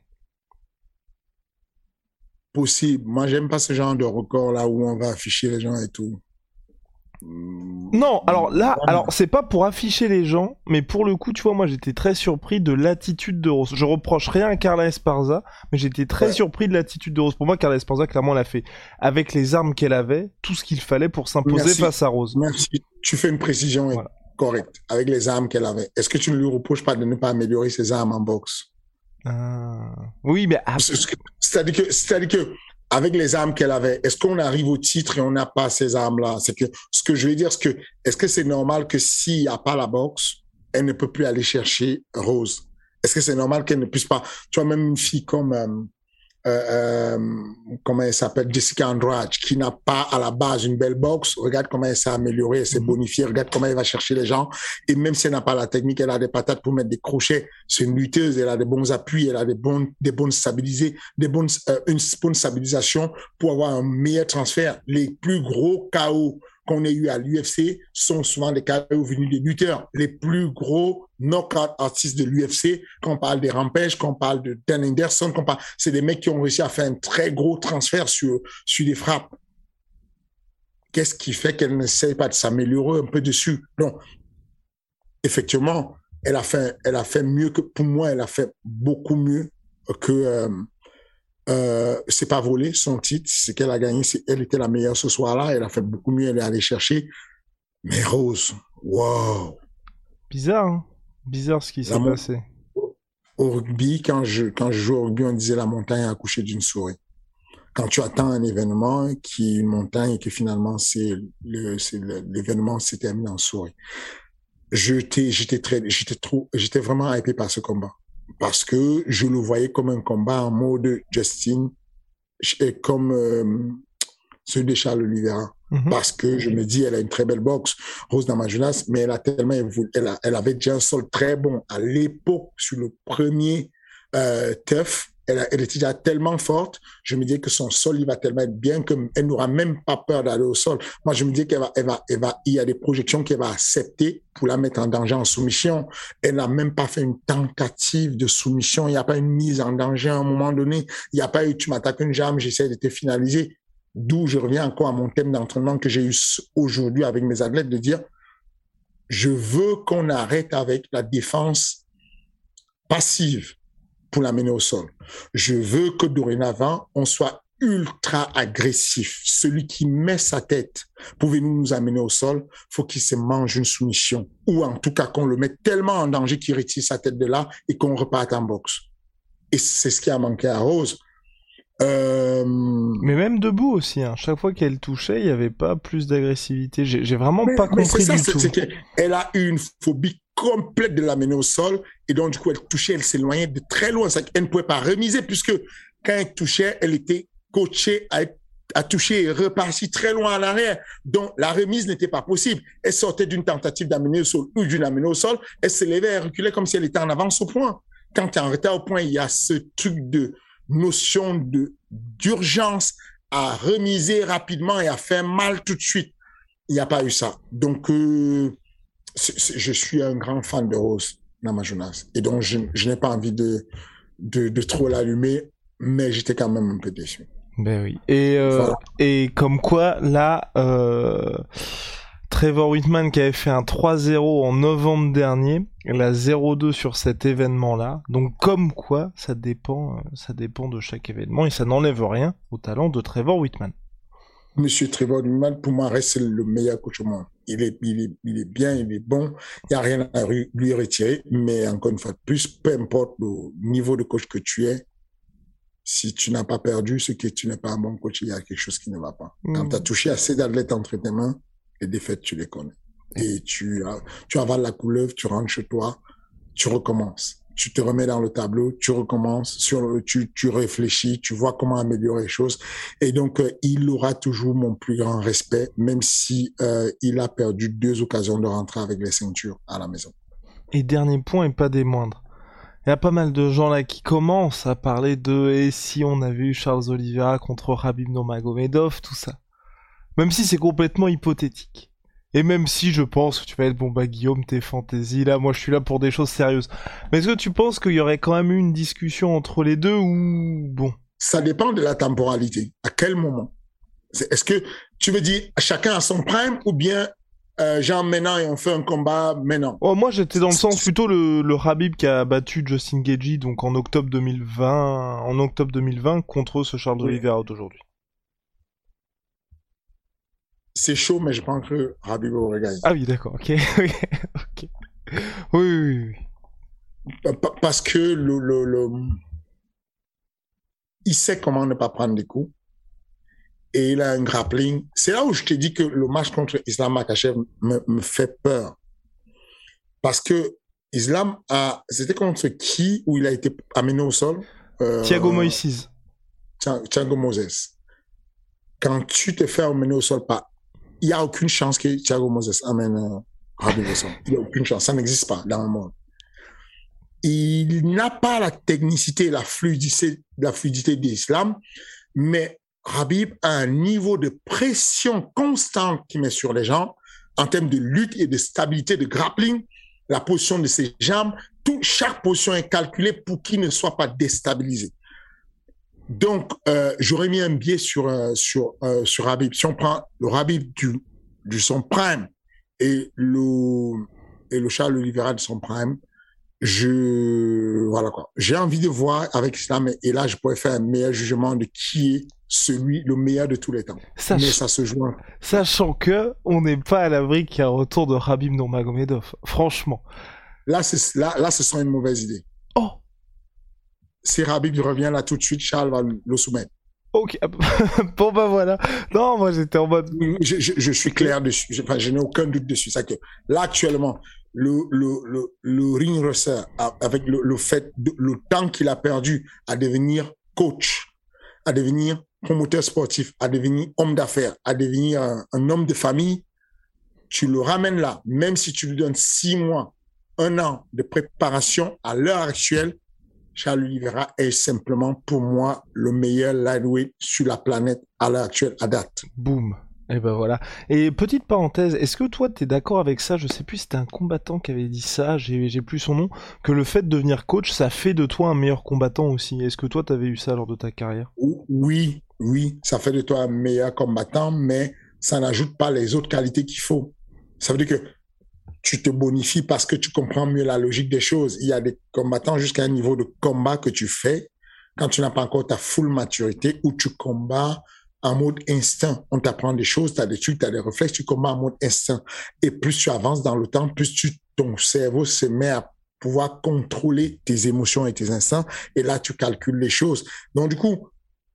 Possible. Moi, j'aime pas ce genre de record là où on va afficher les gens et tout. Non, alors là, c'est pas pour afficher les gens, mais pour le coup, tu vois, moi j'étais très surpris de l'attitude de Rose. Je reproche rien à Carla Esparza, mais j'étais très surpris de l'attitude de Rose. Pour moi, Carla Esparza, clairement, elle a fait, avec les armes qu'elle avait, tout ce qu'il fallait pour s'imposer face à Rose. Merci. Tu fais une précision correcte. Avec les armes qu'elle avait. Est-ce que tu ne lui reproches pas de ne pas améliorer ses armes en boxe? Oui, mais c'est-à-dire que avec les armes qu'elle avait, est-ce qu'on arrive au titre et on n'a pas ces armes-là? C'est que ce que je veux dire, est-ce que c'est normal que s'il n'y a pas la boxe, elle ne peut plus aller chercher Rose? Est-ce que c'est normal qu'elle ne puisse pas? Tu vois, même une fille comme comment elle s'appelle, Jessica Andrade, qui n'a pas à la base une belle boxe, regarde comment elle s'est améliorée, elle s'est bonifiée, regarde comment elle va chercher les gens, et même si elle n'a pas la technique, elle a des patates pour mettre des crochets, c'est une lutteuse, elle a des bons appuis, elle a des bonnes une bonne stabilisation pour avoir un meilleur transfert. Les plus gros KO qu'on ait eu à l'UFC sont souvent des KO venus des lutteurs. Les plus gros knockout artistes de l'UFC, quand on parle des Rampage, quand on parle de Dan Henderson, c'est des mecs qui ont réussi à faire un très gros transfert sur des frappes. Qu'est-ce qui fait qu'elle n'essaye pas de s'améliorer un peu dessus? Donc, effectivement, elle a fait mieux que, pour moi, elle a fait beaucoup mieux que, c'est pas volé son titre, c'est qu'elle a gagné, elle était la meilleure ce soir-là, elle a fait beaucoup mieux, elle est allée chercher. Mais Rose, wow. Bizarre, hein? Bizarre ce qui s'est passé. Au rugby, quand je joue au rugby, on disait la montagne a accouché d'une souris. Quand tu attends un événement qui est une montagne et que finalement l'événement s'est terminé en souris. J'étais vraiment hypé par ce combat. Parce que je le voyais comme un combat en mode Justin, comme celui de Charles Oliveira. Parce que je me dis, elle a une très belle boxe, Rose Namajunas, mais elle a tellement évolué, elle avait déjà un sol très bon. À l'époque, sur le premier TUF, elle était déjà tellement forte, je me disais que son sol, il va tellement être bien qu'elle n'aura même pas peur d'aller au sol. Moi, je me dis il y a des projections qu'elle va accepter pour la mettre en danger en soumission. Elle n'a même pas fait une tentative de soumission. Il n'y a pas une mise en danger à un moment donné. Il n'y a pas eu, tu m'attaques une jambe, j'essaie de te finaliser. D'où je reviens encore à mon thème d'entraînement que j'ai eu aujourd'hui avec mes athlètes, de dire, je veux qu'on arrête avec la défense passive pour l'amener au sol. Je veux que dorénavant, on soit ultra agressif. Celui qui met sa tête pour venir nous amener au sol, faut qu'il se mange une soumission. Ou en tout cas, qu'on le mette tellement en danger qu'il retire sa tête de là et qu'on reparte en boxe. Et c'est ce qui a manqué à Rose. Mais même debout aussi, hein. Chaque fois qu'elle touchait, il n'y avait pas plus d'agressivité. J'ai vraiment pas compris du tout. Elle a eu une phobie complète de l'amener au sol, et donc du coup elle touchait, elle s'éloignait de très loin. Elle ne pouvait pas remiser, puisque quand elle touchait, elle était coachée à toucher et repartir très loin en arrière. Donc la remise n'était pas possible. Elle sortait d'une tentative d'amener au sol ou d'une amener au sol, elle se levait, elle reculait comme si elle était en avance au point. Quand tu es en retard au point, il y a ce truc de notion d'urgence à remiser rapidement et à faire mal tout de suite. Il n'y a pas eu ça. Donc, je suis un grand fan de Rose Namajunas. Et donc, je n'ai pas envie de trop l'allumer, mais j'étais quand même un peu déçu. Ben oui. Et comme quoi, là, Trevor Whitman qui avait fait un 3-0 en novembre dernier, la 0-2 sur cet événement-là. Donc comme quoi, ça dépend de chaque événement et ça n'enlève rien au talent de Trevor Whitman. Monsieur Trevor Wittman, pour moi, reste le meilleur coach au monde. Il est bien, il est bon. Il n'y a rien à lui retirer. Mais encore une fois de plus, peu importe le niveau de coach que tu es, si tu n'as pas perdu, c'est que tu n'es pas un bon coach, il y a quelque chose qui ne va pas. Quand tu as touché assez d'athlètes entre tes mains, les défaites, tu les connais. Et tu avales la couleuvre, tu rentres chez toi, tu recommences. Tu te remets dans le tableau, tu recommences, tu réfléchis, tu vois comment améliorer les choses. Et donc, il aura toujours mon plus grand respect, même si il a perdu 2 occasions de rentrer avec les ceintures à la maison. Et dernier point, et pas des moindres. Il y a pas mal de gens là qui commencent à parler de « et si on avait eu Charles Oliveira contre Khabib Nurmagomedov », tout ça. Même si c'est complètement hypothétique. Et même si je pense que tu vas être bon bah Guillaume, tes fantaisies, là moi je suis là pour des choses sérieuses. Mais est-ce que tu penses qu'il y aurait quand même eu une discussion entre les deux ou bon? Ça dépend de la temporalité. À quel moment? Est-ce que tu veux dire chacun à son prime ou bien genre maintenant et on fait un combat maintenant? Oh, moi j'étais dans le sens plutôt le Khabib qui a battu Justin Gaethje donc en octobre 2020 contre ce Charles Oliveira d'aujourd'hui. C'est chaud, mais je pense que Khabib aurait gagné. Ah oui, d'accord, ok. Ok. Oui. Parce que il sait comment ne pas prendre des coups. Et il a un grappling. C'est là où je te dis que le match contre Islam Makhachev me fait peur. Parce que Islam c'était contre qui où il a été amené au sol? Thiago Moises. Thiago Moses. Quand tu te fais amener au sol par... Il n'y a aucune chance que Thiago Moses amène Khabib au sol. Il n'y a aucune chance. Ça n'existe pas dans le monde. Il n'a pas la technicité et la fluidité d'Islam, mais Khabib a un niveau de pression constante qu'il met sur les gens en termes de lutte et de stabilité, de grappling, la position de ses jambes. Chaque position est calculée pour qu'il ne soit pas déstabilisé. Donc, j'aurais mis un biais sur Khabib. Si on prend le Khabib de son prime et le Charles Oliveira de son prime, voilà quoi. J'ai envie de voir avec Islam et là, je pourrais faire un meilleur jugement de qui est le meilleur de tous les temps. Mais ça se joue. Sachant que on n'est pas à l'abri qu'il y ait un retour de Khabib Nurmagomedov. Franchement. Là, ce serait une mauvaise idée. Oh. Si Khabib revient là tout de suite, Charles va le soumettre. Ok, bon bah voilà. Non, moi j'étais en mode... Je suis clair dessus, je n'ai aucun doute dessus. C'est que là actuellement, le ring rustler, avec le temps qu'il a perdu à devenir coach, à devenir promoteur sportif, à devenir homme d'affaires, à devenir un homme de famille, tu le ramènes là, même si tu lui donnes 6 mois, 1 an de préparation à l'heure actuelle, Charles Oliveira est simplement, pour moi, le meilleur lightweight sur la planète à l'heure actuelle, à date. Boum. Et ben voilà. Et petite parenthèse, est-ce que toi, t'es d'accord avec ça? Je sais plus si c'était un combattant qui avait dit ça, j'ai plus son nom, que le fait de devenir coach, ça fait de toi un meilleur combattant aussi. Est-ce que toi, t'avais eu ça lors de ta carrière? Oui, ça fait de toi un meilleur combattant, mais ça n'ajoute pas les autres qualités qu'il faut. Ça veut dire que tu te bonifies parce que tu comprends mieux la logique des choses. Il y a des combattants jusqu'à un niveau de combat que tu fais quand tu n'as pas encore ta full maturité où tu combats en mode instinct. On t'apprend des choses, tu as des trucs, tu as des réflexes, tu combats en mode instinct. Et plus tu avances dans le temps, plus ton cerveau se met à pouvoir contrôler tes émotions et tes instincts. Et là, tu calcules les choses. Donc, du coup,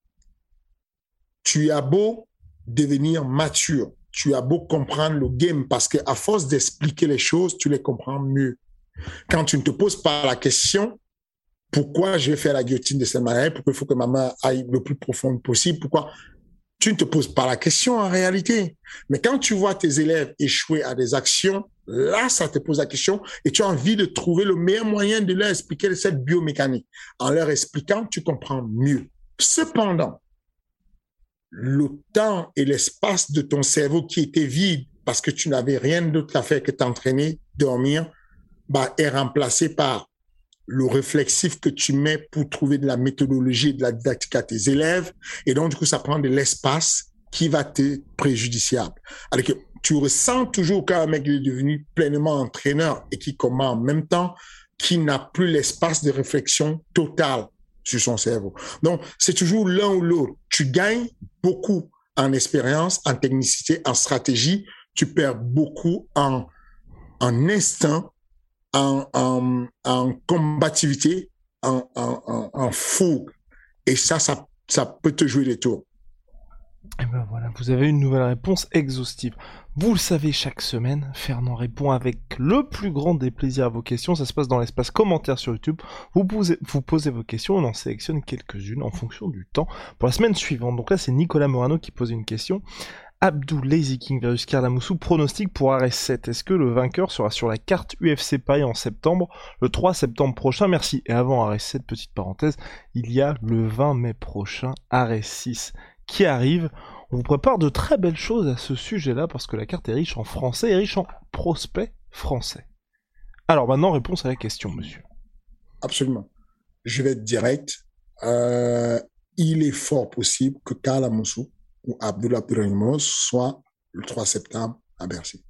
tu as beau devenir mature, tu as beau comprendre le game parce qu'à force d'expliquer les choses, tu les comprends mieux. Quand tu ne te poses pas la question, pourquoi je vais faire la guillotine de cette manière, pourquoi il faut que ma main aille le plus profond possible, pourquoi tu ne te poses pas la question en réalité. Mais quand tu vois tes élèves échouer à des actions, là, ça te pose la question et tu as envie de trouver le meilleur moyen de leur expliquer cette biomécanique. En leur expliquant, tu comprends mieux. Cependant, le temps et l'espace de ton cerveau qui était vide parce que tu n'avais rien d'autre à faire que t'entraîner, dormir, est remplacé par le réflexif que tu mets pour trouver de la méthodologie et de la didactique à tes élèves. Et donc, du coup, ça prend de l'espace qui va te préjudiciable. Alors que tu ressens toujours qu'un mec est devenu pleinement entraîneur et qui combat en même temps, qui n'a plus l'espace de réflexion totale sur son cerveau. Donc, c'est toujours l'un ou l'autre. Tu gagnes beaucoup en expérience, en technicité, en stratégie. Tu perds beaucoup en instinct, en combativité, en fougue. Et ça peut te jouer des tours. Et ben voilà, vous avez une nouvelle réponse exhaustive. Vous le savez, chaque semaine, Fernand répond avec le plus grand des plaisirs à vos questions. Ça se passe dans l'espace commentaires sur YouTube. Vous posez vos questions, on en sélectionne quelques-unes en fonction du temps pour la semaine suivante. Donc là, c'est Nicolas Morano qui pose une question. Abdou Lazy King versus Karl Amoussou, pronostic pour RS7. Est-ce que le vainqueur sera sur la carte UFC Paris en septembre, le 3 septembre prochain? Merci. Et avant RS7, petite parenthèse, il y a le 20 mai prochain RS6 qui arrive. On vous prépare de très belles choses à ce sujet-là parce que la carte est riche en français et riche en prospects français. Alors maintenant, réponse à la question, monsieur. Absolument. Je vais être direct. Il est fort possible que Karl Amoussou ou Abdullah Abdurrahimov soit le 3 septembre à Bercy.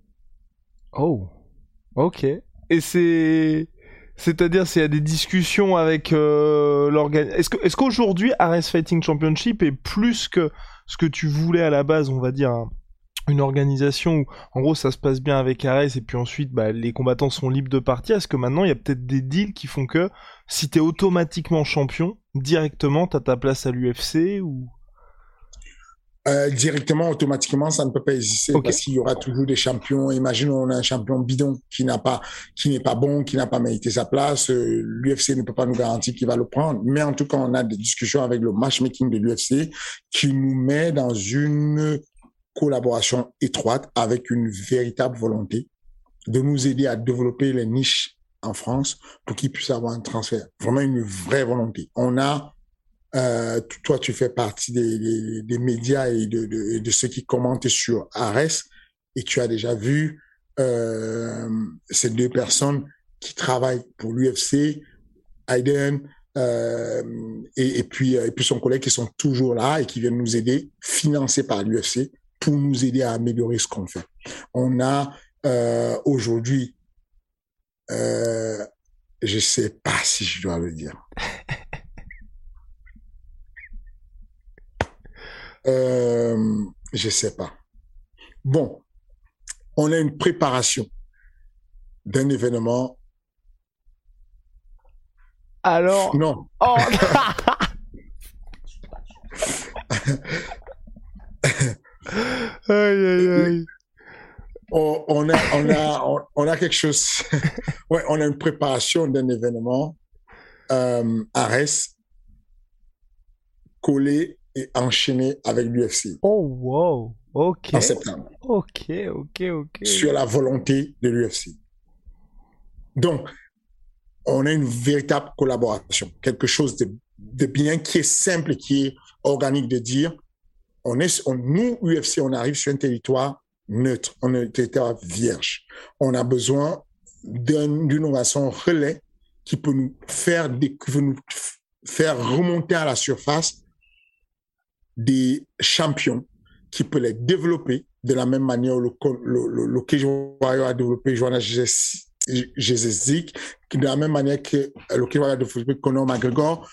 Oh, ok. Et c'est-à-dire s'il y a des discussions avec l'organisation. Est-ce qu'aujourd'hui, RS Fighting Championship est plus que ce que tu voulais à la base, on va dire, une organisation où, en gros, ça se passe bien avec RS et puis ensuite, les combattants sont libres de partir? Est-ce que maintenant, il y a peut-être des deals qui font que si t'es automatiquement champion, directement, t'as ta place à l'UFC ou... Directement, automatiquement, ça ne peut pas exister parce qu'il y aura toujours des champions. Imaginons, on a un champion bidon qui n'est pas bon, qui n'a pas mérité sa place. L'UFC ne peut pas nous garantir qu'il va le prendre. Mais en tout cas, on a des discussions avec le matchmaking de l'UFC qui nous met dans une collaboration étroite avec une véritable volonté de nous aider à développer les niches en France pour qu'ils puissent avoir un transfert. Vraiment une vraie volonté. On a toi, tu fais partie des médias et de ceux qui commentent sur Ares et tu as déjà vu ces deux personnes qui travaillent pour l'UFC, Aiden et puis son collègue qui sont toujours là et qui viennent nous aider, financés par l'UFC, pour nous aider à améliorer ce qu'on fait. On a aujourd'hui, je sais pas si je dois le dire. Je sais pas. Bon, on a une préparation d'un événement. Alors. Non. Oh. Aïe, aïe, aïe. On a quelque chose. Ouais, on a une préparation d'un événement Ares collé et enchaîné avec l'UFC. Oh, wow. Ok. En septembre. Ok. Sur la volonté de l'UFC. Donc, on a une véritable collaboration. Quelque chose de bien qui est simple, qui est organique de dire, nous, UFC, on arrive sur un territoire neutre, on est un territoire vierge. On a besoin d'une innovation relais qui peut nous faire remonter à la surface des champions, qui peut les développer de la même manière le Cage Warrior a développé Joanna Jędrzejczyk, de la même manière que le Cage Warrior a développé Conor McGregor,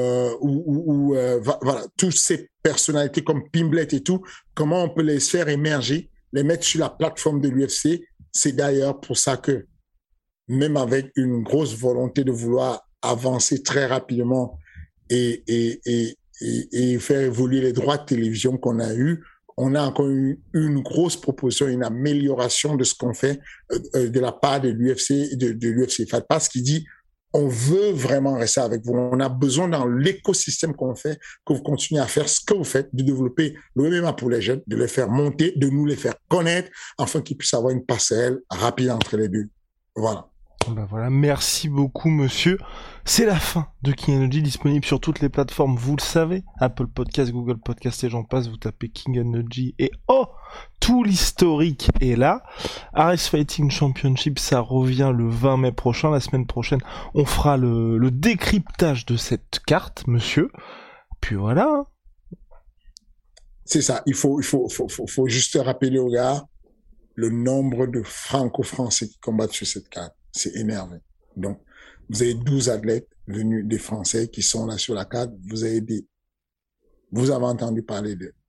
voilà, toutes ces personnalités comme Pimblet et tout, comment on peut les faire émerger, les mettre sur la plateforme de l'UFC. C'est d'ailleurs pour ça que, même avec une grosse volonté de vouloir avancer très rapidement et faire évoluer les droits de télévision qu'on a eu, on a encore eu une grosse proposition, une amélioration de ce qu'on fait de la part de l'UFC, de l'UFC Fight Pass, qui dit on veut vraiment rester avec vous. On a besoin dans l'écosystème qu'on fait, que vous continuez à faire ce que vous faites, de développer le MMA pour les jeunes, de les faire monter, de nous les faire connaître, afin qu'ils puissent avoir une passerelle rapide entre les deux. Voilà. Ben voilà, merci beaucoup monsieur. C'est la fin de King Energy, disponible sur toutes les plateformes, vous le savez. Apple Podcast, Google Podcast et j'en passe, vous tapez King Energy et tout l'historique est là. RS Fighting Championship, ça revient le 20 mai prochain, la semaine prochaine. On fera le décryptage de cette carte, monsieur. Puis voilà. C'est ça, il faut juste rappeler aux gars le nombre de franco-français qui combattent sur cette carte. C'est énervé. Donc, vous avez 12 athlètes venus des Français qui sont là sur la carte. Vous avez entendu parler d'eux.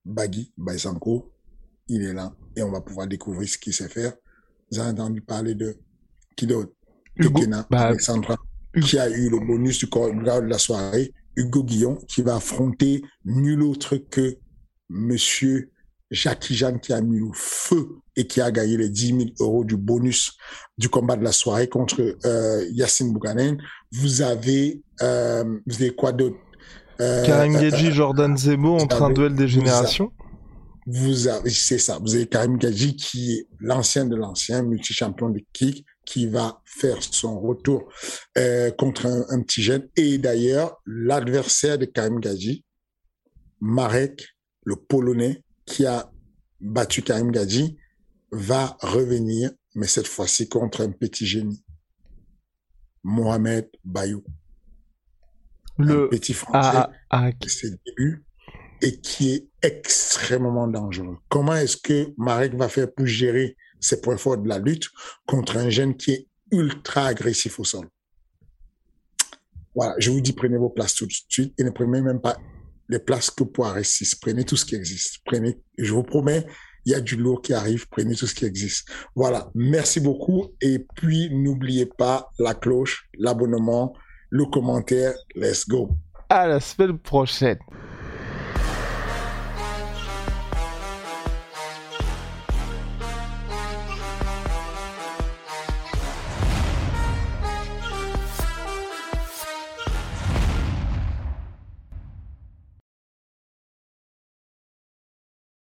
Bagui Baisanko, il est là et on va pouvoir découvrir ce qu'il sait faire. Vous avez entendu parler de qui d'autre? Tekena, Alexandra, qui a eu le bonus du corps de la soirée. Hugo Guillon, qui va affronter nul autre que monsieur Jackie Jeanne, qui a mis le feu et qui a gagné les 10 000 € du bonus du combat de la soirée contre Yacine Bouganen. Vous avez quoi d'autre? Karim Gadji, Jordan Zebo entre un duel des générations. C'est ça. Vous avez Karim Gadji qui est l'ancien de l'ancien, multi-champion de kick, qui va faire son retour contre un petit jeune. Et d'ailleurs, l'adversaire de Karim Gadji, Marek, le Polonais, qui a battu Karim Gadji, va revenir, mais cette fois-ci contre un petit génie, Mohamed Bayou. Un petit Français de ses débuts et qui est extrêmement dangereux. Comment est-ce que Marek va faire pour gérer ses points forts de la lutte contre un jeune qui est ultra agressif au sol? Voilà, je vous dis, prenez vos places tout de suite et ne prenez même pas les places que pour RS6. Prenez tout ce qui existe. Prenez, je vous promets, il y a du lourd qui arrive. Prenez tout ce qui existe. Voilà, merci beaucoup. Et puis, n'oubliez pas la cloche, l'abonnement, le commentaire. Let's go. À la semaine prochaine.